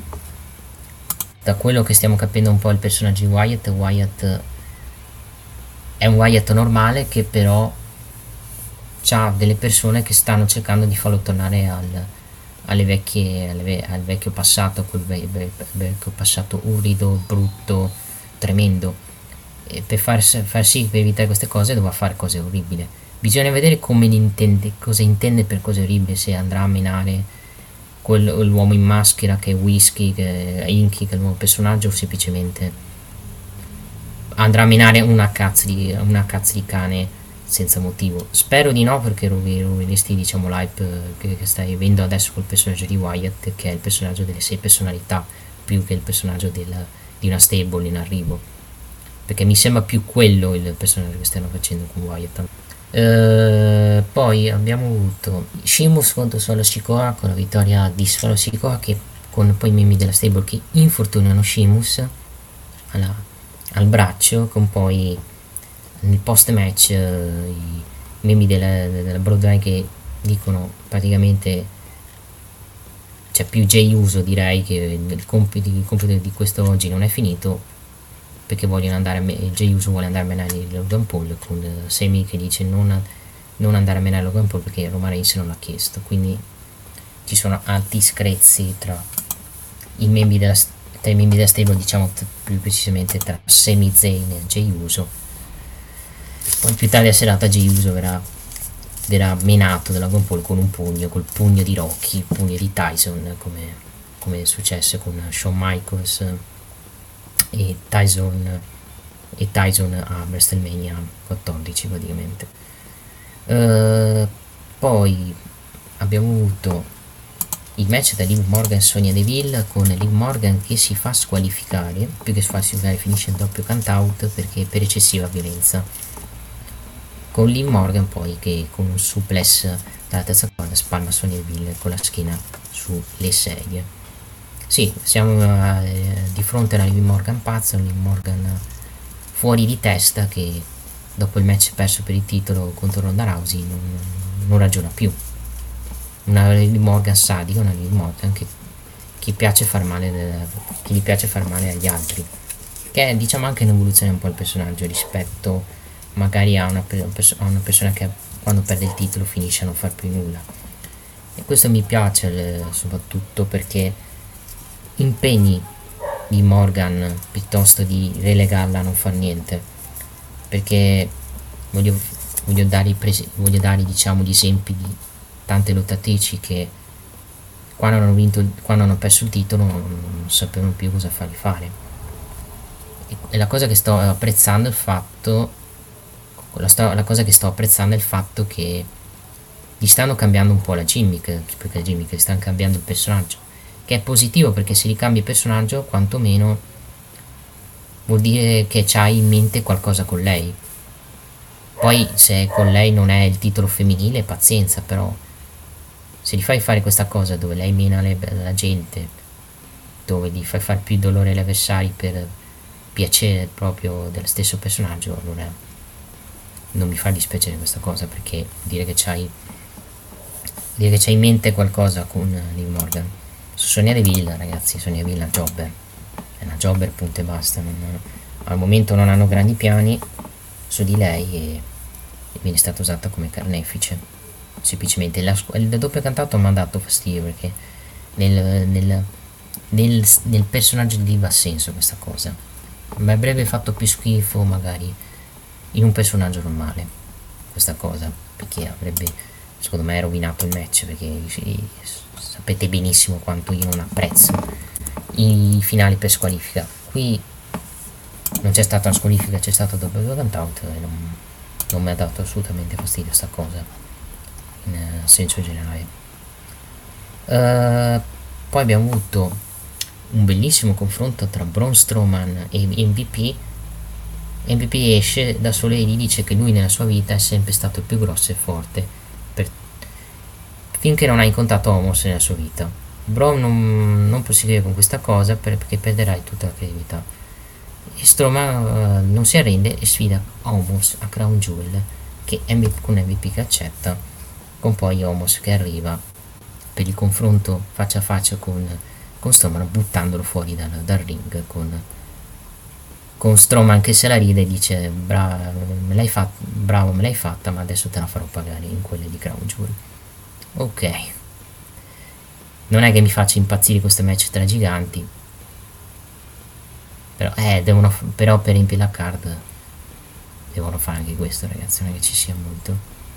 da quello che stiamo capendo un po' il personaggio di Wyatt è un Wyatt normale che però c'ha delle persone che stanno cercando di farlo tornare al vecchio passato, quel vecchio passato urido, brutto, tremendo, e per far sì, per evitare queste cose doveva fare cose orribili. Bisogna vedere cosa intende per cose orribili, se andrà a menare l'uomo in maschera che è Whiskey, che è Inky, che è il nuovo personaggio, o semplicemente andrà a menare una cazzo di cane senza motivo. Spero di no, perché rovinisti, diciamo, l'hype che stai avendo adesso col personaggio di Wyatt, che è il personaggio delle 6 personalità più che il personaggio di una stable in arrivo, perché mi sembra più quello il personaggio che stanno facendo con Wyatt. Poi abbiamo avuto Sheamus contro Solo Sikoa, con la vittoria di Solo Sikoa, che con poi i membri della stable che infortunano Sheamus al braccio, con poi nel post match i membri della Bloodline che dicono praticamente c'è più Jey Uso, direi che il compito di questo oggi non è finito, perché Jey Uso vuole andare a menare Logan Paul, con Sami che dice non andare a menare Logan Paul perché Roman Reigns non l'ha chiesto. Quindi ci sono alti screzi tra i membri della stable, diciamo più precisamente tra Sami Zayn e Jey Uso. Poi più tardi a serata Jey Uso verrà menato da Logan Paul con un pugno, col pugno di Rocky, il pugno di Tyson, come è successo con Shawn Michaels e Tyson a WrestleMania 14 praticamente. Poi abbiamo avuto il match tra Liv Morgan e Sonya Deville, con Liv Morgan che si fa squalificare, più che squalificare finisce in doppio count out perché per eccessiva violenza, con Liv Morgan poi che con un suplex dalla terza corda spalma Sonya Deville con la schiena sulle sedie. Sì, siamo di fronte alla Liv Morgan pazza, Liv Morgan fuori di testa che dopo il match perso per il titolo contro Ronda Rousey non ragiona più. Una Liv Morgan sadica, una Liv Morgan che gli piace far male agli altri, che è, diciamo, anche un'evoluzione un po' il personaggio rispetto magari a una persona che quando perde il titolo finisce a non far più nulla. E questo mi piace soprattutto perché impegni di Morgan piuttosto di relegarla a non far niente, perché voglio dare diciamo gli esempi di tante lottatrici che quando hanno perso il titolo non sapevano più cosa fargli fare. E la cosa che sto apprezzando è il fatto che gli stanno cambiando un po' la gimmick, più che la gimmick, gli stanno cambiando il personaggio, che è positivo, perché se gli cambi il personaggio quantomeno vuol dire che c'hai in mente qualcosa con lei. Poi se con lei non è il titolo femminile, pazienza, però se gli fai fare questa cosa dove lei mena la gente, dove gli fai fare più dolore agli avversari per piacere proprio dello stesso personaggio, allora non mi fa dispiacere questa cosa, perché dire che c'hai in mente qualcosa con Liv Morgan. Su Sonya Deville, ragazzi, Sonya Deville è una jobber, punto e basta. Al momento non hanno grandi piani su di lei e viene stata usata come carnefice. Semplicemente il doppio cantato mi ha dato fastidio, perché nel personaggio di Liv ha senso questa cosa, ma avrebbe fatto più schifo magari in un personaggio normale questa cosa, perché avrebbe, secondo me, rovinato il match, perché sapete benissimo quanto io non apprezzo i finali per squalifica. Qui non c'è stata una squalifica, c'è stato doppio count-out e non mi ha dato assolutamente fastidio sta cosa in senso generale. Poi abbiamo avuto un bellissimo confronto tra Braun Strowman e MVP. MVP esce da solo e gli dice che lui nella sua vita è sempre stato il più grosso e forte finché non ha incontrato Omos nella sua vita. Braun non prosegue con questa cosa perché perderai tutta la credibilità. E Strowman non si arrende e sfida Omos a Crown Jewel, con MVP che accetta, con poi Omos che arriva per il confronto faccia a faccia con Strowman, buttandolo fuori dal ring, con Strowman che se la ride e dice bravo, me l'hai fatta, ma adesso te la farò pagare in quelle di Crown Jewel. Ok, non è che mi faccia impazzire questo match tra giganti, però però per riempire la card devono fare anche questo, ragazzi, non è che ci sia molto.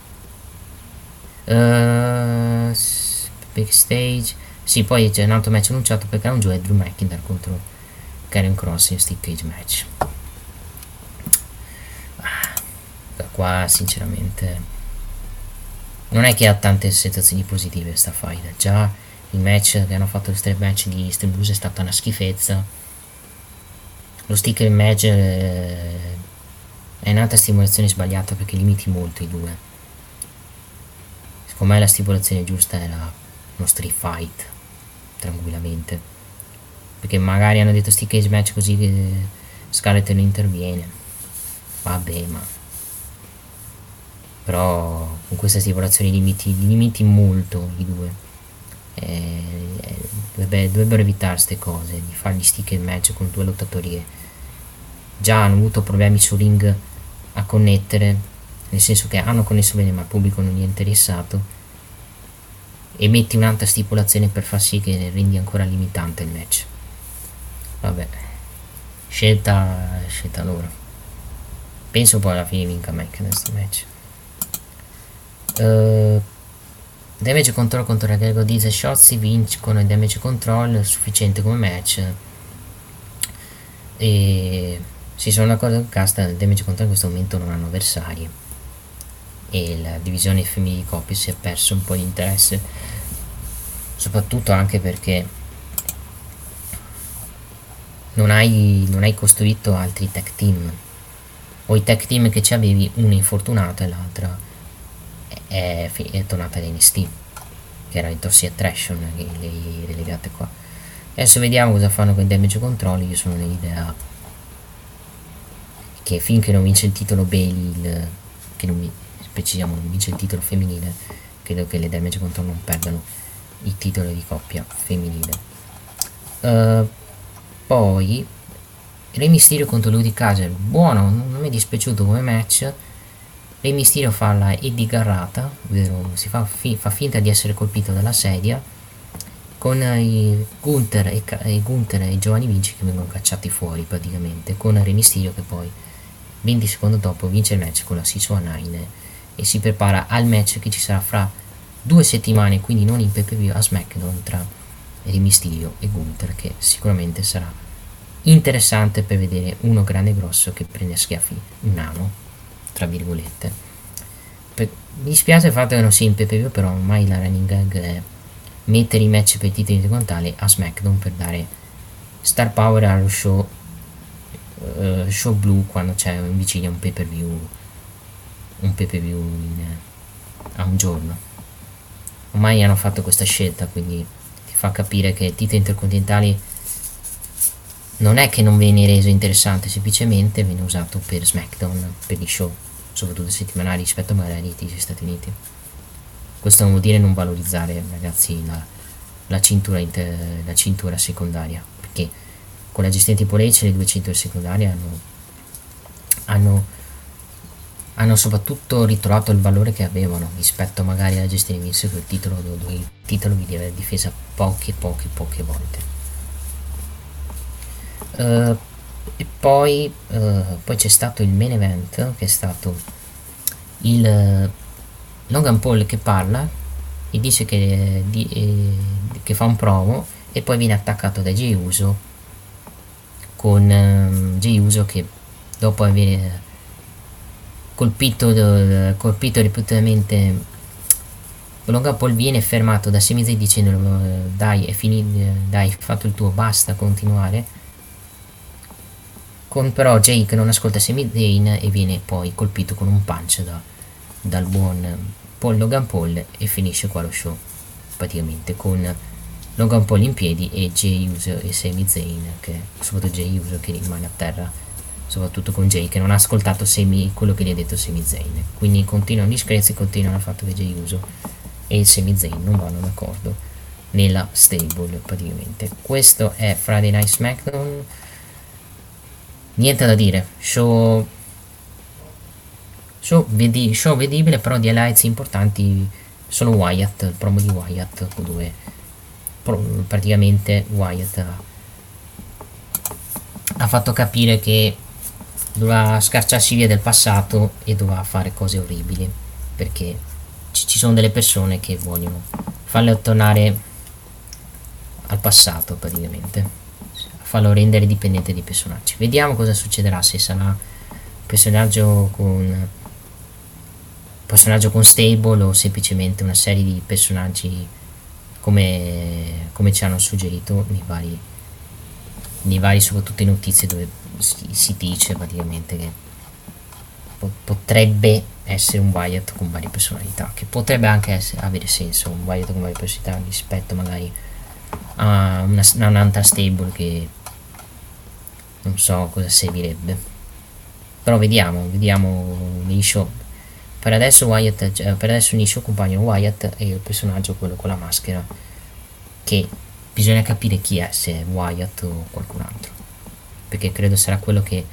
Backstage, sì, poi c'è un altro match annunciato per Crown Jewel, Drew McIntyre contro Karrion Kross in Steel Cage match. Da qua sinceramente non è che ha tante sensazioni positive sta fight. Già il match che hanno fatto, il strip match di Extreme Rules, è stata una schifezza. Lo sticker match è un'altra stimolazione sbagliata, perché limiti molto i due. Secondo me la stipulazione giusta era uno street fight tranquillamente, perché magari hanno detto stick cage match così che Scarlett non interviene, vabbè, ma però con questa stipulazione limiti molto i due. Dovrebbero evitare queste cose di fare gli stick match con due lottatori che già hanno avuto problemi su ring a connettere, nel senso che hanno connesso bene ma il pubblico non gli è interessato, e metti un'altra stipulazione per far sì che rendi ancora limitante il match. Vabbè, scelta loro. Penso poi alla fine vinca Mac questo match. Damage control contro Grego Diaz e Shotzi vincono il damage control, sufficiente come match. E si sono d'accordo che casta il damage control in questo momento non hanno avversari, e la divisione femminile di coppie si è perso un po' di interesse, soprattutto anche perché non hai costruito altri tag team, o i tag team che ci avevi, uno infortunato e l'altra è tornata da NXT, che era in Toxic Attraction, che le relegate qua. Adesso vediamo cosa fanno con Damage Control. Io sono nell'idea che finché non vince il titolo Bayley, che non vince il titolo femminile, credo che le Damage Control non perdano il titolo di coppia femminile. Poi Rey Mysterio contro Ludwig Kaiser, buono, non mi è dispiaciuto come match. Rey Mysterio fa la Eddie Garrata, ovvero si fa finta di essere colpito dalla sedia, con i Gunther e Giovanni Vinci che vengono cacciati fuori praticamente, con Rey Mysterio che poi 20 secondi dopo vince il match con la 619 e si prepara al match che ci sarà fra 2 settimane, quindi non in pay-per-view, a SmackDown, tra Rey Mysterio e Gunther, che sicuramente sarà interessante per vedere uno grande e grosso che prende a schiaffi un nano, tra virgolette. Mi dispiace il fatto che non sia in pay-per-view, però ormai la running gag è mettere i match per i titoli intercontinentali a SmackDown per dare star power allo show blu quando c'è in vicino un pay-per-view a un giorno. Ormai hanno fatto questa scelta, quindi ti fa capire che i titoli intercontinentali non è che non viene reso interessante, semplicemente viene usato per SmackDown, per gli show soprattutto settimanali rispetto magari agli Stati Uniti. Questo non vuol dire non valorizzare, ragazzi, la cintura secondaria, perché con la gestione tipo H le 2 cinture secondarie hanno soprattutto ritrovato il valore che avevano rispetto magari alla gestione di Vince, quel titolo dove il titolo vi deve difesa poche volte. E poi c'è stato il main event, che è stato il Logan Paul che parla e dice che fa un promo e poi viene attaccato da Jey Uso, con Jey Uso che dopo aver colpito ripetutamente Logan Paul viene fermato da Sami Zayn dicendo dai, è finito, dai, hai fatto il tuo, basta continuare, con però Jey che non ascolta Sami Zayn e viene poi colpito con un punch dal buon Logan Paul e finisce qua lo show praticamente con Logan Paul in piedi e Jey Uso e Sami Zayn, che soprattutto Jey Uso che rimane a terra, soprattutto con Jey che non ha ascoltato quello che gli ha detto Sami Zayn, quindi continuano gli scherzi, continuano il fatto che Jey Uso e Sami Zayn non vanno d'accordo nella stable praticamente. Questo è Friday Night SmackDown, niente da dire, show vedibile, però di highlights importanti sono Wyatt, il promo di Wyatt, dove praticamente Wyatt ha fatto capire che doveva scarciarsi via del passato e doveva fare cose orribili, perché ci sono delle persone che vogliono farle tornare al passato praticamente, farlo rendere dipendente dai personaggi. Vediamo cosa succederà, se sarà personaggio con stable o semplicemente una serie di personaggi come ci hanno suggerito nei vari soprattutto in notizie, dove si dice praticamente che potrebbe essere un Wyatt con varie personalità, che potrebbe anche avere senso, un Wyatt con varie personalità rispetto magari a un'altra stable che non so cosa servirebbe, però vediamo negli show. Per adesso negli show accompagnano Wyatt e il personaggio, quello con la maschera, che bisogna capire chi è, se è Wyatt o qualcun altro, perché credo sarà quello che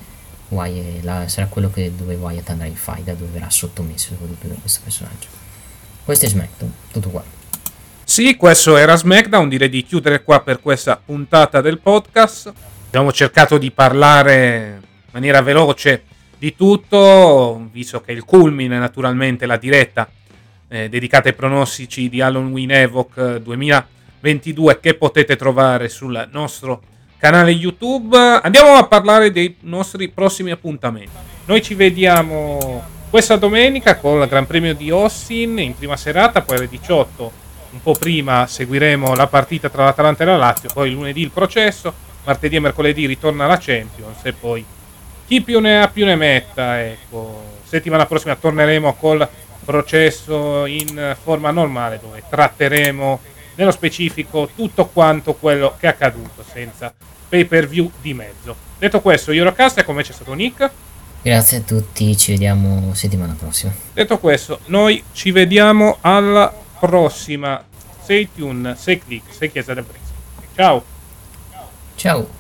dove Wyatt andrà in faida, dove verrà sottomesso soprattutto da questo personaggio. Questo è SmackDown, tutto qua. Sì, questo era SmackDown, direi di chiudere qua per questa puntata del podcast. Abbiamo cercato di parlare in maniera veloce di tutto, visto che il culmine naturalmente la diretta dedicata ai pronostici di Halloween Havoc 2022 che potete trovare sul nostro canale YouTube. Andiamo a parlare dei nostri prossimi appuntamenti. Noi ci vediamo questa domenica con il Gran Premio di Austin in prima serata, poi alle 18 un po' prima seguiremo la partita tra l'Atalanta e la Lazio, poi lunedì il processo, martedì e mercoledì ritorna la Champions e poi chi più ne ha più ne metta, ecco. Settimana prossima torneremo col processo in forma normale, dove tratteremo nello specifico tutto quanto quello che è accaduto, senza pay per view di mezzo. Detto questo, Eurocast, come c'è stato Nick? Grazie a tutti, ci vediamo settimana prossima. Detto questo, noi ci vediamo alla prossima. Stay tuned, sei click, sei Chiesa del Brexit. Ciao. Ciao.